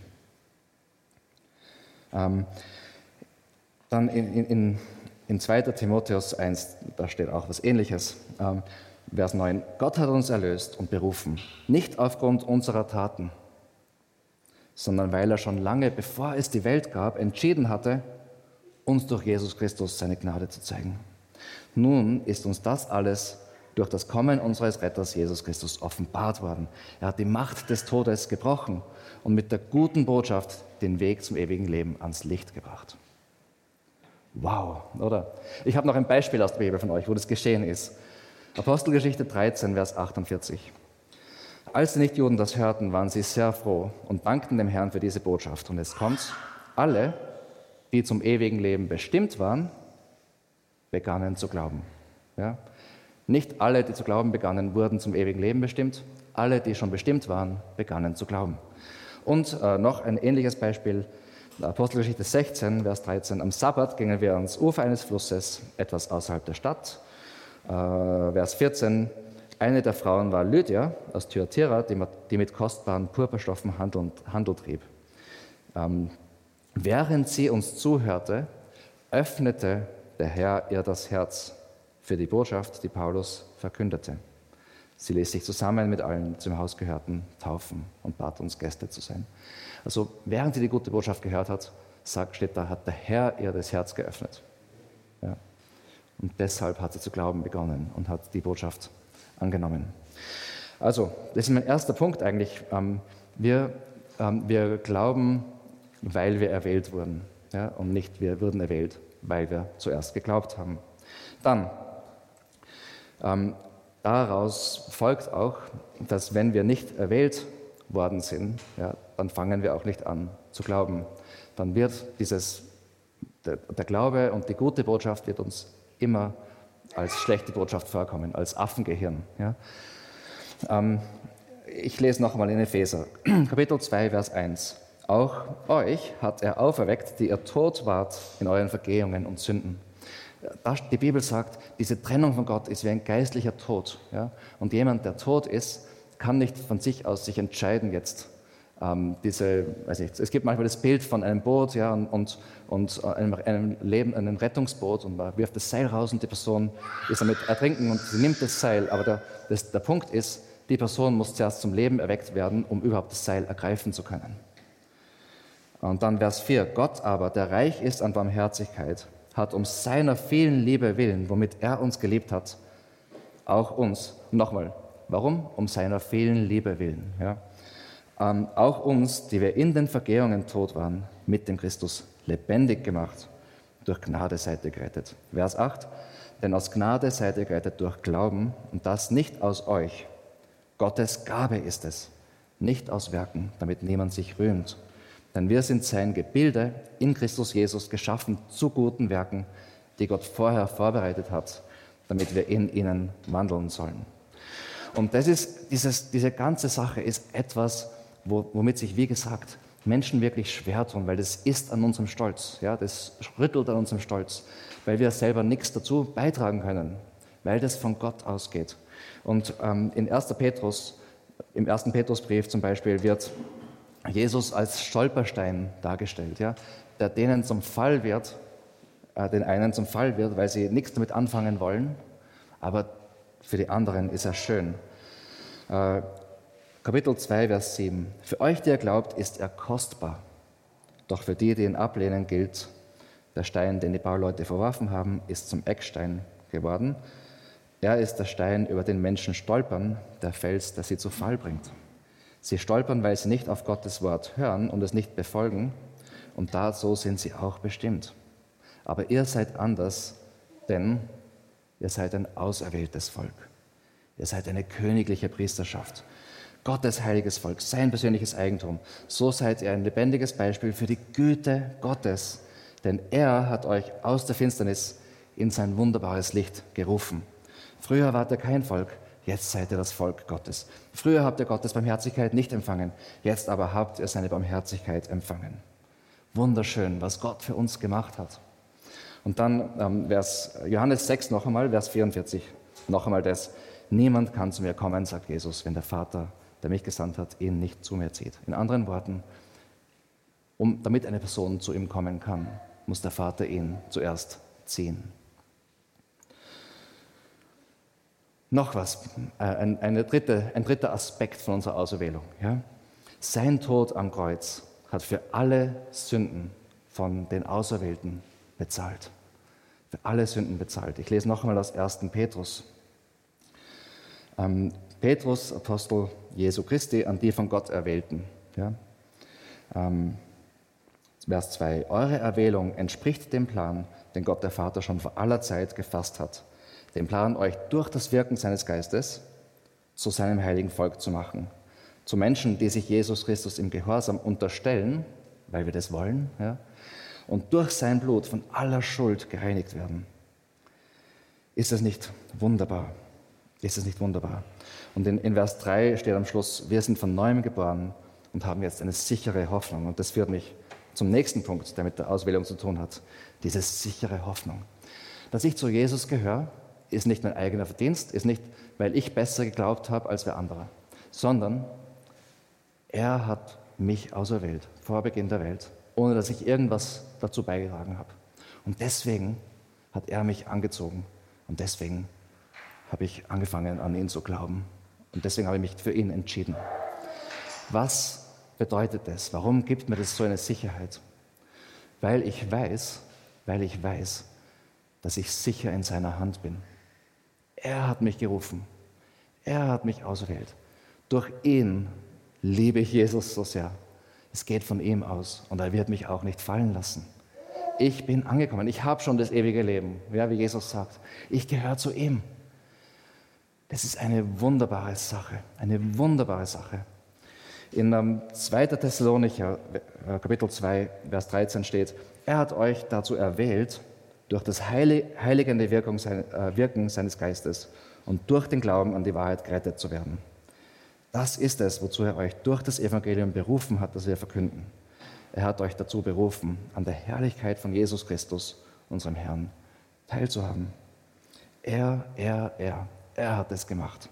Dann in 2. Timotheus 1, da steht auch was Ähnliches. Vers 9. Gott hat uns erlöst und berufen, nicht aufgrund unserer Taten, sondern weil er schon lange, bevor es die Welt gab, entschieden hatte, uns durch Jesus Christus seine Gnade zu zeigen. Nun ist uns das alles durch das Kommen unseres Retters Jesus Christus offenbart worden. Er hat die Macht des Todes gebrochen und mit der guten Botschaft den Weg zum ewigen Leben ans Licht gebracht. Wow, oder? Ich habe noch ein Beispiel aus der Bibel von euch, wo das geschehen ist. Apostelgeschichte 13, Vers 48. Als die Nichtjuden das hörten, waren sie sehr froh und dankten dem Herrn für diese Botschaft. Und jetzt kommt's. Alle, die zum ewigen Leben bestimmt waren, begannen zu glauben. Ja? Nicht alle, die zu glauben begannen, wurden zum ewigen Leben bestimmt. Alle, die schon bestimmt waren, begannen zu glauben. Und noch ein ähnliches Beispiel, Apostelgeschichte 16, Vers 13. Am Sabbat gingen wir ans Ufer eines Flusses, etwas außerhalb der Stadt. Vers 14. Eine der Frauen war Lydia aus Thyatira, die mit kostbaren Purpurstoffen Handel trieb. Während sie uns zuhörte, öffnete der Herr ihr das Herz für die Botschaft, die Paulus verkündete. Sie ließ sich zusammen mit allen, die zum Haus gehörten, taufen und bat uns, Gäste zu sein. Also während sie die gute Botschaft gehört hat, steht da, hat der Herr ihr das Herz geöffnet. Ja. Und deshalb hat sie zu glauben begonnen und hat die Botschaft angenommen. Also, das ist mein erster Punkt eigentlich. Wir glauben, weil wir erwählt wurden. Ja, und nicht wir wurden erwählt, weil wir zuerst geglaubt haben. Dann, daraus folgt auch, dass wenn wir nicht erwählt worden sind, ja, dann fangen wir auch nicht an zu glauben. Dann wird der Glaube und die gute Botschaft wird uns immer als schlechte Botschaft vorkommen, als Affengehirn. Ja. Ich lese noch einmal in Epheser, Kapitel 2, Vers 1. Auch euch hat er auferweckt, die ihr tot wart in euren Vergehungen und Sünden. Die Bibel sagt, diese Trennung von Gott ist wie ein geistlicher Tod. Ja? Und jemand, der tot ist, kann nicht von sich aus sich entscheiden jetzt. Es gibt manchmal das Bild von einem Boot, ja, und einem Rettungsboot, und man wirft das Seil raus und die Person ist damit ertrinken und sie nimmt das Seil. Aber der Punkt ist, die Person muss zuerst zum Leben erweckt werden, um überhaupt das Seil ergreifen zu können. Und dann Vers 4. Gott aber, der reich ist an Barmherzigkeit, hat um seiner vielen Liebe willen, womit er uns geliebt hat, auch uns, nochmal, warum? Um seiner vielen Liebe willen, ja. Auch uns, die wir in den Vergehungen tot waren, mit dem Christus lebendig gemacht. Durch Gnade seid ihr gerettet. Vers 8. Denn aus Gnade seid ihr gerettet durch Glauben, und das nicht aus euch. Gottes Gabe ist es, nicht aus Werken, damit niemand sich rühmt. Denn wir sind sein Gebilde in Christus Jesus geschaffen zu guten Werken, die Gott vorher vorbereitet hat, damit wir in ihnen wandeln sollen. Und das ist, diese ganze Sache ist etwas, womit sich, wie gesagt, Menschen wirklich schwer tun, weil das ist an unserem Stolz, ja, das rüttelt an unserem Stolz, weil wir selber nichts dazu beitragen können, weil das von Gott ausgeht. Und im 1. Petrusbrief zum Beispiel wird Jesus als Stolperstein dargestellt, ja, der den einen zum Fall wird, weil sie nichts damit anfangen wollen, aber für die anderen ist er schön. Kapitel 2, Vers 7. Für euch, die ihr glaubt, ist er kostbar. Doch für die, die ihn ablehnen, gilt, der Stein, den die Bauleute verworfen haben, ist zum Eckstein geworden. Er ist der Stein, über den Menschen stolpern, der Fels, der sie zu Fall bringt. Sie stolpern, weil sie nicht auf Gottes Wort hören und es nicht befolgen. Und dazu sind sie auch bestimmt. Aber ihr seid anders, denn ihr seid ein auserwähltes Volk. Ihr seid eine königliche Priesterschaft. Gottes heiliges Volk, sein persönliches Eigentum. So seid ihr ein lebendiges Beispiel für die Güte Gottes. Denn er hat euch aus der Finsternis in sein wunderbares Licht gerufen. Früher wart ihr kein Volk, jetzt seid ihr das Volk Gottes. Früher habt ihr Gottes Barmherzigkeit nicht empfangen, jetzt aber habt ihr seine Barmherzigkeit empfangen. Wunderschön, was Gott für uns gemacht hat. Und dann Johannes 6 noch einmal, Vers 44, noch einmal das. Niemand kann zu mir kommen, sagt Jesus, wenn der Vater, der mich gesandt hat, ihn nicht zu mir zieht. In anderen Worten, damit eine Person zu ihm kommen kann, muss der Vater ihn zuerst ziehen. Noch was, ein dritter Aspekt von unserer Auserwählung. Ja? Sein Tod am Kreuz hat für alle Sünden von den Auserwählten bezahlt. Für alle Sünden bezahlt. Ich lese noch einmal aus 1. Petrus. Petrus, Apostel Jesu Christi, an die von Gott Erwählten. Ja? Vers 2. Eure Erwählung entspricht dem Plan, den Gott der Vater schon vor aller Zeit gefasst hat. Den Plan, euch durch das Wirken seines Geistes zu seinem heiligen Volk zu machen. Zu Menschen, die sich Jesus Christus im Gehorsam unterstellen, weil wir das wollen, ja, und durch sein Blut von aller Schuld gereinigt werden. Ist es nicht wunderbar? Ist es nicht wunderbar? Und in Vers 3 steht am Schluss, wir sind von Neuem geboren und haben jetzt eine sichere Hoffnung. Und das führt mich zum nächsten Punkt, der mit der Auswählung zu tun hat. Diese sichere Hoffnung. Dass ich zu Jesus gehöre, ist nicht mein eigener Verdienst, ist nicht, weil ich besser geglaubt habe als wer andere, sondern er hat mich auserwählt, vor Beginn der Welt, ohne dass ich irgendwas dazu beigetragen habe. Und deswegen hat er mich angezogen und deswegen habe ich angefangen, an ihn zu glauben. Und deswegen habe ich mich für ihn entschieden. Was bedeutet das? Warum gibt mir das so eine Sicherheit? Weil ich weiß, dass ich sicher in seiner Hand bin. Er hat mich gerufen. Er hat mich auserwählt. Durch ihn liebe ich Jesus so sehr. Es geht von ihm aus und er wird mich auch nicht fallen lassen. Ich bin angekommen. Ich habe schon das ewige Leben, ja, wie Jesus sagt. Ich gehöre zu ihm. Das ist eine wunderbare Sache, eine wunderbare Sache. In 2. Thessalonicher, Kapitel 2, Vers 13 steht, er hat euch dazu erwählt, durch das heiligende Wirken seines Geistes und durch den Glauben an die Wahrheit gerettet zu werden. Das ist es, wozu er euch durch das Evangelium berufen hat, das wir verkünden. Er hat euch dazu berufen, an der Herrlichkeit von Jesus Christus, unserem Herrn, teilzuhaben. Er hat es gemacht.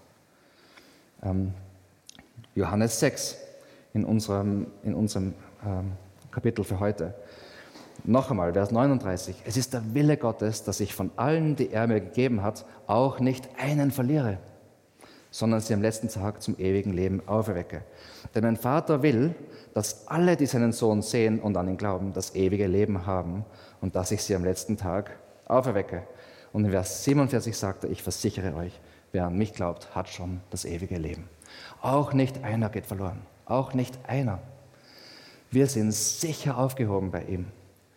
Johannes 6 in unserem Kapitel für heute. Noch einmal, Vers 39. Es ist der Wille Gottes, dass ich von allen, die er mir gegeben hat, auch nicht einen verliere, sondern sie am letzten Tag zum ewigen Leben auferwecke. Denn mein Vater will, dass alle, die seinen Sohn sehen und an ihn glauben, das ewige Leben haben und dass ich sie am letzten Tag auferwecke. Und in Vers 47 sagt er, ich versichere euch, wer an mich glaubt, hat schon das ewige Leben. Auch nicht einer geht verloren, auch nicht einer. Wir sind sicher aufgehoben bei ihm.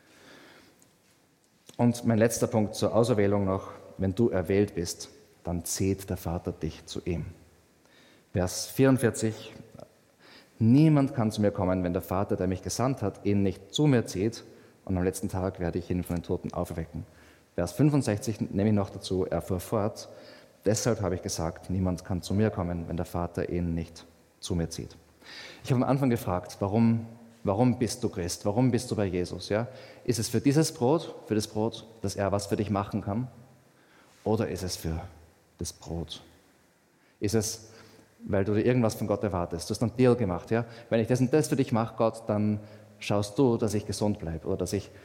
Und mein letzter Punkt zur Auserwählung noch, wenn du erwählt bist, dann zieht der Vater dich zu ihm. Vers 44, niemand kann zu mir kommen, wenn der Vater, der mich gesandt hat, ihn nicht zu mir zieht und am letzten Tag werde ich ihn von den Toten auferwecken. Vers 65 nehme ich noch dazu, er fuhr fort, deshalb habe ich gesagt, niemand kann zu mir kommen, wenn der Vater ihn nicht zu mir zieht. Ich habe am Anfang gefragt, warum bist du Christ? Warum bist du bei Jesus? Ja? Ist es für dieses Brot, dass er was für dich machen kann? Oder ist es für das Brot? Ist es, weil du dir irgendwas von Gott erwartest? Du hast einen Deal gemacht. Ja? Wenn ich das und das für dich mache, Gott, dann schaust du, dass ich gesund bleibe oder dass ich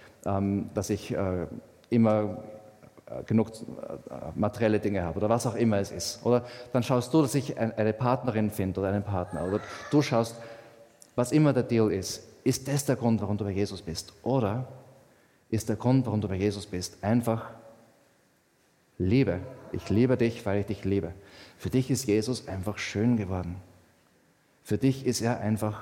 immer genug materielle Dinge habe oder was auch immer es ist. Oder dann schaust du, dass ich eine Partnerin finde oder einen Partner. Oder du schaust, was immer der Deal ist das der Grund, warum du bei Jesus bist? Oder ist der Grund, warum du bei Jesus bist, einfach Liebe? Ich liebe dich, weil ich dich liebe. Für dich ist Jesus einfach schön geworden. Für dich ist er einfach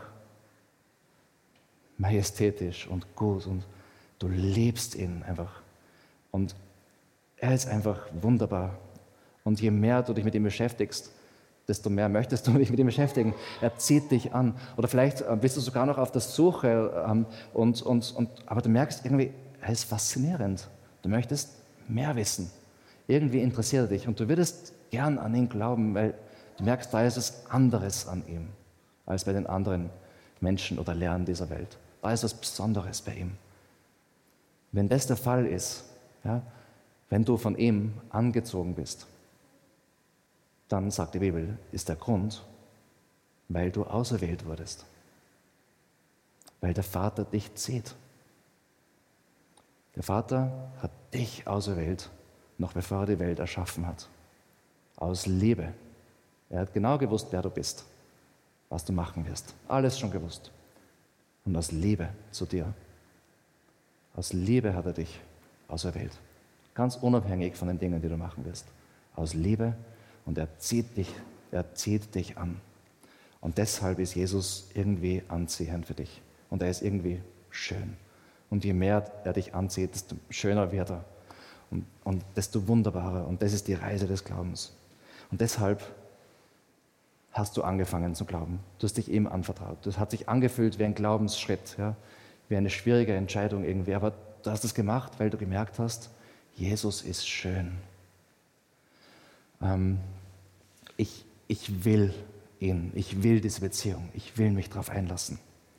majestätisch und gut und du liebst ihn einfach. Und er ist einfach wunderbar. Und je mehr du dich mit ihm beschäftigst, desto mehr möchtest du dich mit ihm beschäftigen. Er zieht dich an. Oder vielleicht bist du sogar noch auf der Suche, aber du merkst irgendwie, er ist faszinierend. Du möchtest mehr wissen. Irgendwie interessiert er dich und du würdest gern an ihn glauben, weil du merkst, da ist es anderes an ihm als bei den anderen Menschen oder Lehrern dieser Welt. Da ist was Besonderes bei ihm. Wenn das der Fall ist, ja, wenn du von ihm angezogen bist, dann, sagt die Bibel, ist der Grund, weil du auserwählt wurdest. Weil der Vater dich zieht. Der Vater hat dich auserwählt, noch bevor er die Welt erschaffen hat. Aus Liebe. Er hat genau gewusst, wer du bist, was du machen wirst. Alles schon gewusst. Und aus Liebe zu dir. Aus Liebe hat er dich auserwählt. Ganz unabhängig von den Dingen, die du machen wirst. Aus Liebe. Und er zieht dich an. Und deshalb ist Jesus irgendwie anziehend für dich. Und er ist irgendwie schön. Und je mehr er dich anzieht, desto schöner wird er. Und desto wunderbarer. Und das ist die Reise des Glaubens. Und deshalb hast du angefangen zu glauben. Du hast dich ihm anvertraut. Das hat sich angefühlt wie ein Glaubensschritt, ja? Wie eine schwierige Entscheidung irgendwie. Aber du hast es gemacht, weil du gemerkt hast, Jesus ist schön. Ich will ihn, ich will diese Beziehung, ich will mich darauf einlassen.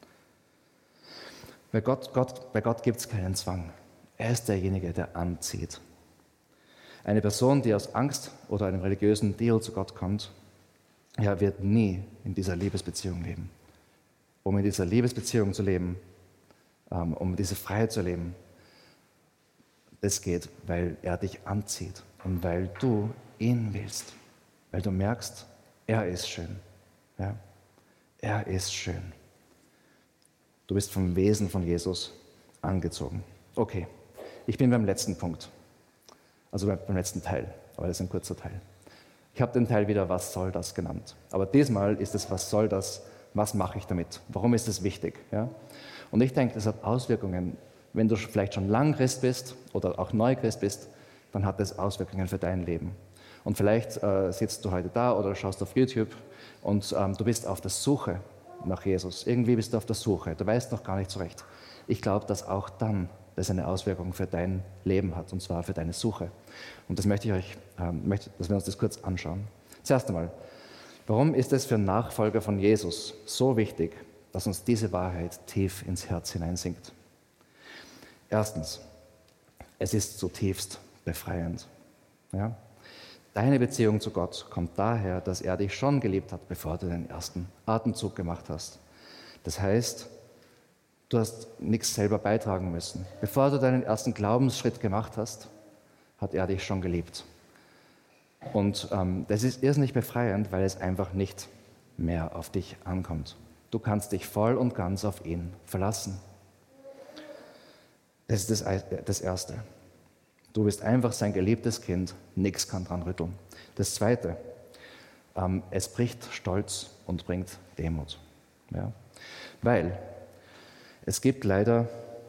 Bei Gott gibt es keinen Zwang. Er ist derjenige, der anzieht. Eine Person, die aus Angst oder einem religiösen Deal zu Gott kommt, ja, wird nie in dieser Liebesbeziehung leben. Um in dieser Liebesbeziehung zu leben, um diese Freiheit zu leben, das geht, weil er dich anzieht und weil du ihn willst. Weil du merkst, er ist schön. Ja? Er ist schön. Du bist vom Wesen von Jesus angezogen. Okay, ich bin beim letzten Punkt. Also beim letzten Teil, aber das ist ein kurzer Teil. Ich habe den Teil wieder, was soll das genannt. Aber diesmal ist es, was soll das, was mache ich damit? Warum ist es wichtig? Ja? Und ich denke, das hat Auswirkungen. Wenn du vielleicht schon lang Christ bist oder auch neu Christ bist, dann hat das Auswirkungen für dein Leben. Und vielleicht sitzt du heute da oder schaust auf YouTube und du bist auf der Suche nach Jesus. Irgendwie bist du auf der Suche. Du weißt noch gar nicht so recht. Ich glaube, dass auch dann das eine Auswirkung für dein Leben hat, und zwar für deine Suche. Und das möchte dass wir uns das kurz anschauen. Zuerst einmal, warum ist es für Nachfolger von Jesus so wichtig, dass uns diese Wahrheit tief ins Herz hineinsinkt? Erstens, es ist zutiefst befreiend. Ja? Deine Beziehung zu Gott kommt daher, dass er dich schon geliebt hat, bevor du den ersten Atemzug gemacht hast. Das heißt, du hast nichts selber beitragen müssen. Bevor du deinen ersten Glaubensschritt gemacht hast, hat er dich schon geliebt. Und das ist irrsinnig befreiend, weil es einfach nicht mehr auf dich ankommt. Du kannst dich voll und ganz auf ihn verlassen. Das ist das Erste. Du bist einfach sein geliebtes Kind, nichts kann dran rütteln. Das Zweite, es bricht Stolz und bringt Demut. Ja? Weil es gibt leider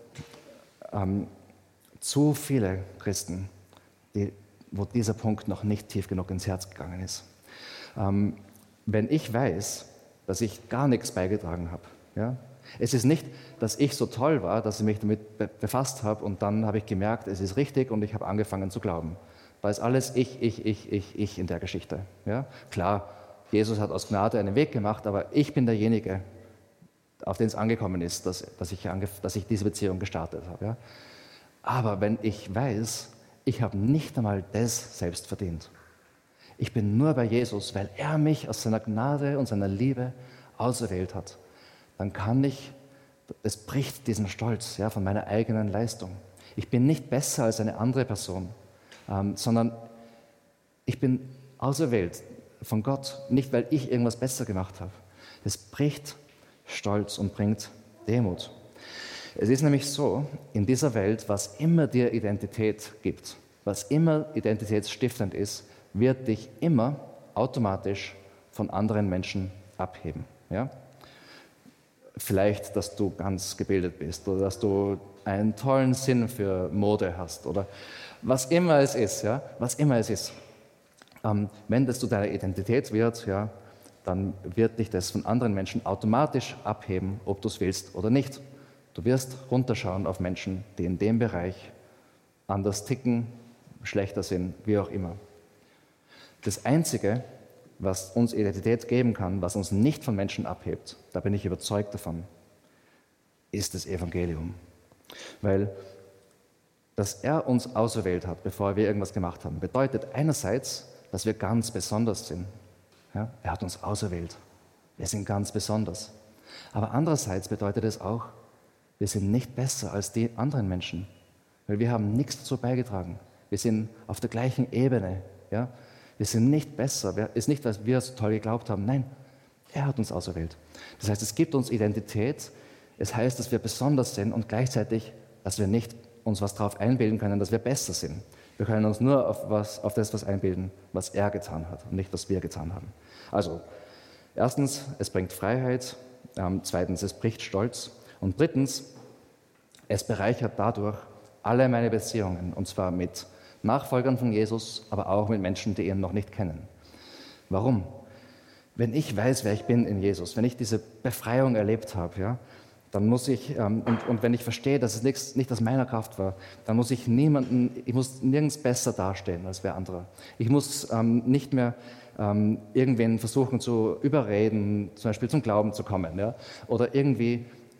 zu viele Christen, wo dieser Punkt noch nicht tief genug ins Herz gegangen ist. Wenn ich weiß, dass ich gar nichts beigetragen habe, ja? Es ist nicht, dass ich so toll war, dass ich mich damit befasst habe und dann habe ich gemerkt, es ist richtig und ich habe angefangen zu glauben. Da ist alles ich in der Geschichte. Ja? Klar, Jesus hat aus Gnade einen Weg gemacht, aber ich bin derjenige, auf den es angekommen ist, dass ich diese Beziehung gestartet habe. Ja? Aber wenn ich weiß, ich habe nicht einmal das selbst verdient. Ich bin nur bei Jesus, weil er mich aus seiner Gnade und seiner Liebe auserwählt hat. Dann es bricht diesen Stolz, ja, von meiner eigenen Leistung. Ich bin nicht besser als eine andere Person, sondern ich bin auserwählt von Gott, nicht weil ich irgendwas besser gemacht habe. Es bricht Stolz und bringt Demut. Es ist nämlich so, in dieser Welt, was immer dir Identität gibt, was immer identitätsstiftend ist, wird dich immer automatisch von anderen Menschen abheben. Ja? Vielleicht, dass du ganz gebildet bist oder dass du einen tollen Sinn für Mode hast oder was immer es ist. Ja? Was immer es ist. Wenn das zu deiner Identität wird, ja, dann wird dich das von anderen Menschen automatisch abheben, ob du es willst oder nicht. Du wirst runterschauen auf Menschen, die in dem Bereich anders ticken, schlechter sind, wie auch immer. Das Einzige, was uns Identität geben kann, was uns nicht von Menschen abhebt, da bin ich überzeugt davon, ist das Evangelium. Weil, dass er uns auserwählt hat, bevor wir irgendwas gemacht haben, bedeutet einerseits, dass wir ganz besonders sind. Ja? Er hat uns auserwählt. Wir sind ganz besonders. Aber andererseits bedeutet es auch, wir sind nicht besser als die anderen Menschen, weil wir haben nichts dazu beigetragen. Wir sind auf der gleichen Ebene. Ja? Wir sind nicht besser. Ist nicht, weil wir so toll geglaubt haben. Nein, er hat uns auserwählt. Das heißt, es gibt uns Identität. Es heißt, dass wir besonders sind und gleichzeitig, dass wir nicht uns was darauf einbilden können, dass wir besser sind. Wir können uns nur auf das was einbilden, was er getan hat und nicht, was wir getan haben. Also, erstens, es bringt Freiheit. Zweitens, es bricht Stolz. Und drittens, es bereichert dadurch alle meine Beziehungen, und zwar mit Nachfolgern von Jesus, aber auch mit Menschen, die ihn noch nicht kennen. Warum? Wenn ich weiß, wer ich bin in Jesus, wenn ich diese Befreiung erlebt habe, ja, dann muss ich, und wenn ich verstehe, dass es nicht aus meiner Kraft war, dann muss ich muss nirgends besser dastehen als wer anderer. Ich muss nicht mehr irgendwen versuchen zu überreden, zum Beispiel zum Glauben zu kommen, ja, oder irgendwie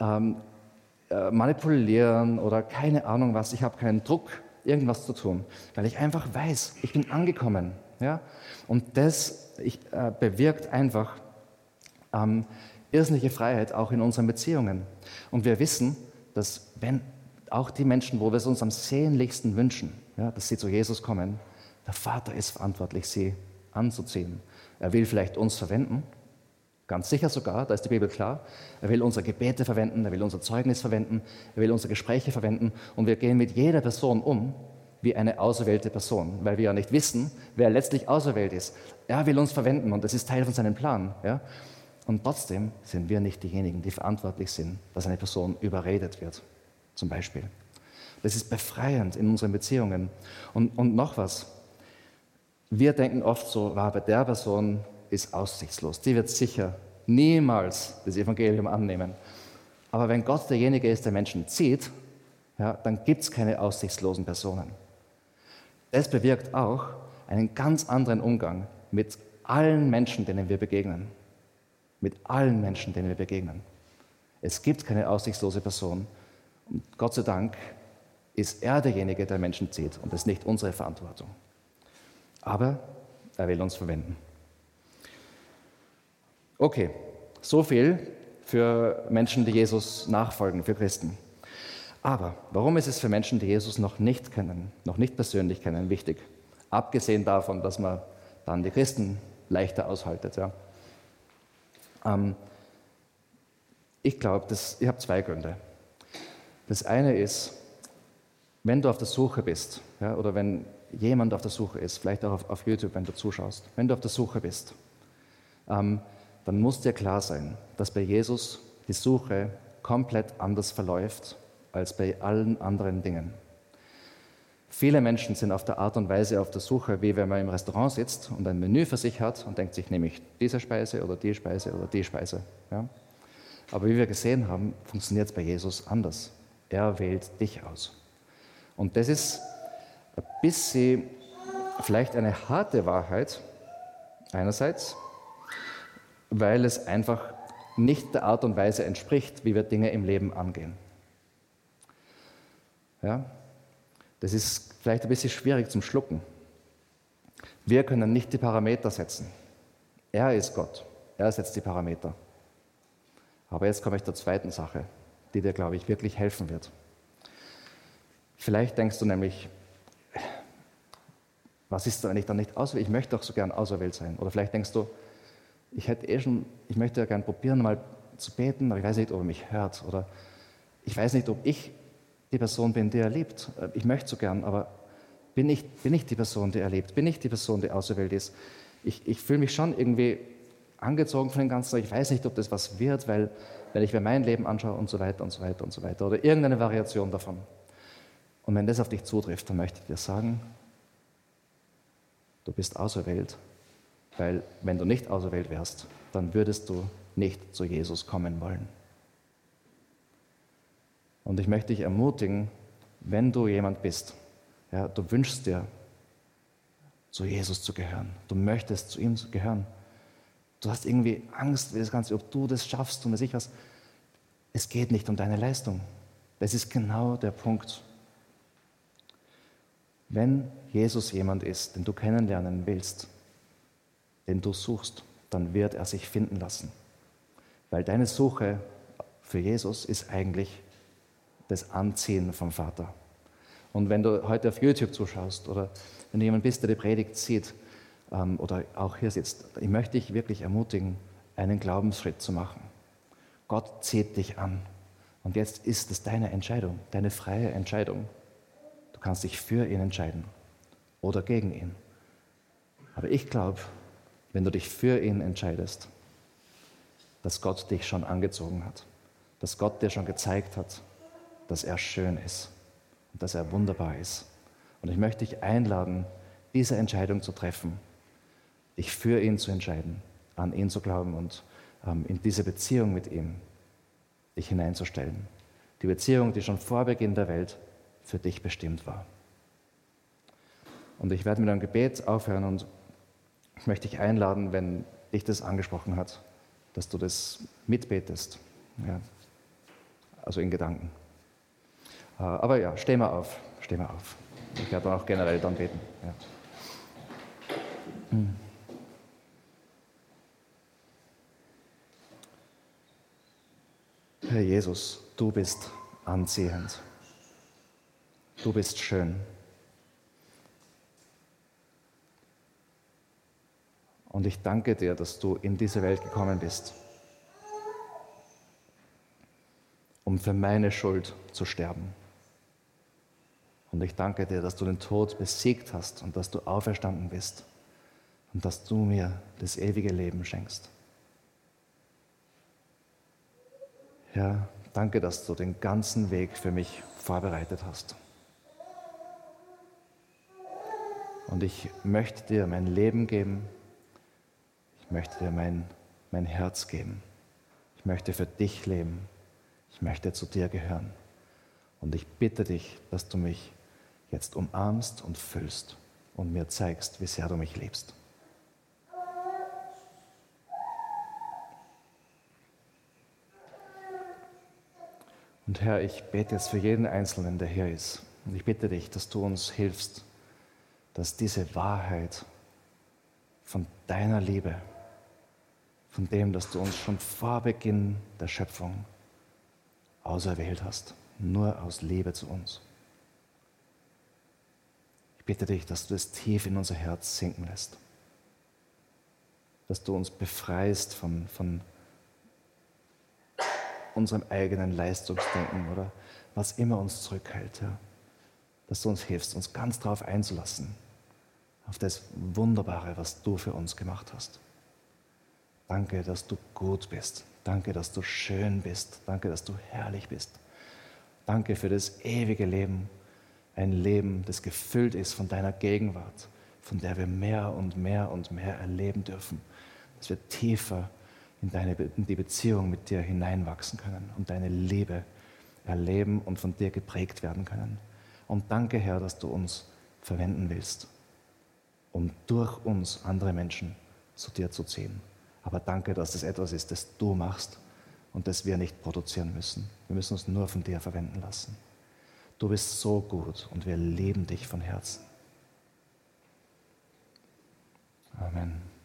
manipulieren oder keine Ahnung was. Ich habe keinen Druck, irgendwas zu tun, weil ich einfach weiß, ich bin angekommen. Ja? Und das bewirkt einfach irrsinnige Freiheit auch in unseren Beziehungen. Und wir wissen, dass wenn auch die Menschen, wo wir es uns am sehnlichsten wünschen, ja, dass sie zu Jesus kommen, der Vater ist verantwortlich, sie anzuziehen. Er will vielleicht uns verwenden, ganz sicher sogar, da ist die Bibel klar. Er will unsere Gebete verwenden, er will unser Zeugnis verwenden, er will unsere Gespräche verwenden und wir gehen mit jeder Person um wie eine auserwählte Person, weil wir ja nicht wissen, wer letztlich auserwählt ist. Er will uns verwenden und das ist Teil von seinem Plan. Ja? Und trotzdem sind wir nicht diejenigen, die verantwortlich sind, dass eine Person überredet wird, zum Beispiel. Das ist befreiend in unseren Beziehungen. Und noch was, wir denken oft so, bei der Person ist aussichtslos. Die wird sicher niemals das Evangelium annehmen. Aber wenn Gott derjenige ist, der Menschen zieht, ja, dann gibt es keine aussichtslosen Personen. Das bewirkt auch einen ganz anderen Umgang mit allen Menschen, denen wir begegnen. Mit allen Menschen, denen wir begegnen. Es gibt keine aussichtslose Person. Und Gott sei Dank ist er derjenige, der Menschen zieht und das ist nicht unsere Verantwortung. Aber er will uns verwenden. Okay, so viel für Menschen, die Jesus nachfolgen, für Christen. Aber warum ist es für Menschen, die Jesus noch nicht kennen, noch nicht persönlich kennen, wichtig? Abgesehen davon, dass man dann die Christen leichter aushaltet. Ja. Ich glaube, ich habe zwei Gründe. Das eine ist, wenn du auf der Suche bist, ja, oder wenn jemand auf der Suche ist, vielleicht auch auf YouTube, wenn du zuschaust, wenn du auf der Suche bist, dann muss dir klar sein, dass bei Jesus die Suche komplett anders verläuft als bei allen anderen Dingen. Viele Menschen sind auf der Art und Weise auf der Suche, wie wenn man im Restaurant sitzt und ein Menü für sich hat und denkt sich, nehme ich diese Speise oder die Speise oder die Speise. Ja? Aber wie wir gesehen haben, funktioniert es bei Jesus anders. Er wählt dich aus. Und das ist ein bisschen vielleicht eine harte Wahrheit einerseits, weil es einfach nicht der Art und Weise entspricht, wie wir Dinge im Leben angehen. Ja? Das ist vielleicht ein bisschen schwierig zum Schlucken. Wir können nicht die Parameter setzen. Er ist Gott. Er setzt die Parameter. Aber jetzt komme ich zur zweiten Sache, die dir, glaube ich, wirklich helfen wird. Vielleicht denkst du nämlich, was ist da, wenn ich dann nicht auserwählt? Ich möchte doch so gern auserwählt sein. Oder vielleicht denkst du, ich möchte ja gern probieren, mal zu beten, aber ich weiß nicht, ob er mich hört. Oder ich weiß nicht, ob ich die Person bin, die er liebt. Ich möchte so gern, aber bin ich die Person, die er liebt? Bin ich die Person, die auserwählt ist? Ich fühle mich schon irgendwie angezogen von dem Ganzen, ich weiß nicht, ob das was wird, weil wenn ich mir mein Leben anschaue und so weiter und so weiter und so weiter oder irgendeine Variation davon. Und wenn das auf dich zutrifft, dann möchte ich dir sagen, du bist auserwählt, weil wenn du nicht auserwählt wärst, dann würdest du nicht zu Jesus kommen wollen. Und ich möchte dich ermutigen, wenn du jemand bist, ja, du wünschst dir, zu Jesus zu gehören, du möchtest zu ihm gehören, du hast irgendwie Angst wie das Ganze, ob du das schaffst und weiß ich was. Es geht nicht um deine Leistung. Das ist genau der Punkt. Wenn Jesus jemand ist, den du kennenlernen willst, den du suchst, dann wird er sich finden lassen. Weil deine Suche für Jesus ist eigentlich das Anziehen vom Vater. Und wenn du heute auf YouTube zuschaust oder wenn du jemand bist, der die Predigt sieht oder auch hier sitzt, ich möchte dich wirklich ermutigen, einen Glaubensschritt zu machen. Gott zieht dich an. Und jetzt ist es deine Entscheidung, deine freie Entscheidung. Du kannst dich für ihn entscheiden oder gegen ihn. Aber ich glaube, wenn du dich für ihn entscheidest, dass Gott dich schon angezogen hat, dass Gott dir schon gezeigt hat, dass er schön ist und dass er wunderbar ist. Und ich möchte dich einladen, diese Entscheidung zu treffen, dich für ihn zu entscheiden, an ihn zu glauben und in diese Beziehung mit ihm dich hineinzustellen. Die Beziehung, die schon vor Beginn der Welt für dich bestimmt war. Und ich werde mit einem Gebet aufhören und ich möchte dich einladen, wenn dich das angesprochen hat, dass du das mitbetest, ja, also in Gedanken. Aber ja, steh mal auf. Ich werde auch generell dann beten. Ja. Herr Jesus, du bist anziehend. Du bist schön. Und ich danke dir, dass du in diese Welt gekommen bist, um für meine Schuld zu sterben. Und ich danke dir, dass du den Tod besiegt hast und dass du auferstanden bist und dass du mir das ewige Leben schenkst. Herr, danke, dass du den ganzen Weg für mich vorbereitet hast. Und ich möchte dir mein Leben geben, ich möchte dir mein Herz geben, ich möchte für dich leben, ich möchte zu dir gehören. Und ich bitte dich, dass du mich jetzt umarmst und füllst und mir zeigst, wie sehr du mich liebst. Und Herr, ich bete jetzt für jeden Einzelnen, der hier ist. Und ich bitte dich, dass du uns hilfst, dass diese Wahrheit von deiner Liebe, von dem, dass du uns schon vor Beginn der Schöpfung auserwählt hast, nur aus Liebe zu uns. Ich bitte dich, dass du es tief in unser Herz sinken lässt, dass du uns befreist von unserem eigenen Leistungsdenken oder was immer uns zurückhält, ja. Dass du uns hilfst, uns ganz darauf einzulassen, auf das Wunderbare, was du für uns gemacht hast. Danke, dass du gut bist. Danke, dass du schön bist. Danke, dass du herrlich bist. Danke für das ewige Leben. Ein Leben, das gefüllt ist von deiner Gegenwart, von der wir mehr und mehr und mehr erleben dürfen. Dass wir tiefer in die Beziehung mit dir hineinwachsen können und deine Liebe erleben und von dir geprägt werden können. Und danke, Herr, dass du uns verwenden willst, um durch uns andere Menschen zu dir zu ziehen. Aber danke, dass das etwas ist, das du machst und das wir nicht produzieren müssen. Wir müssen uns nur von dir verwenden lassen. Du bist so gut und wir lieben dich von Herzen. Amen.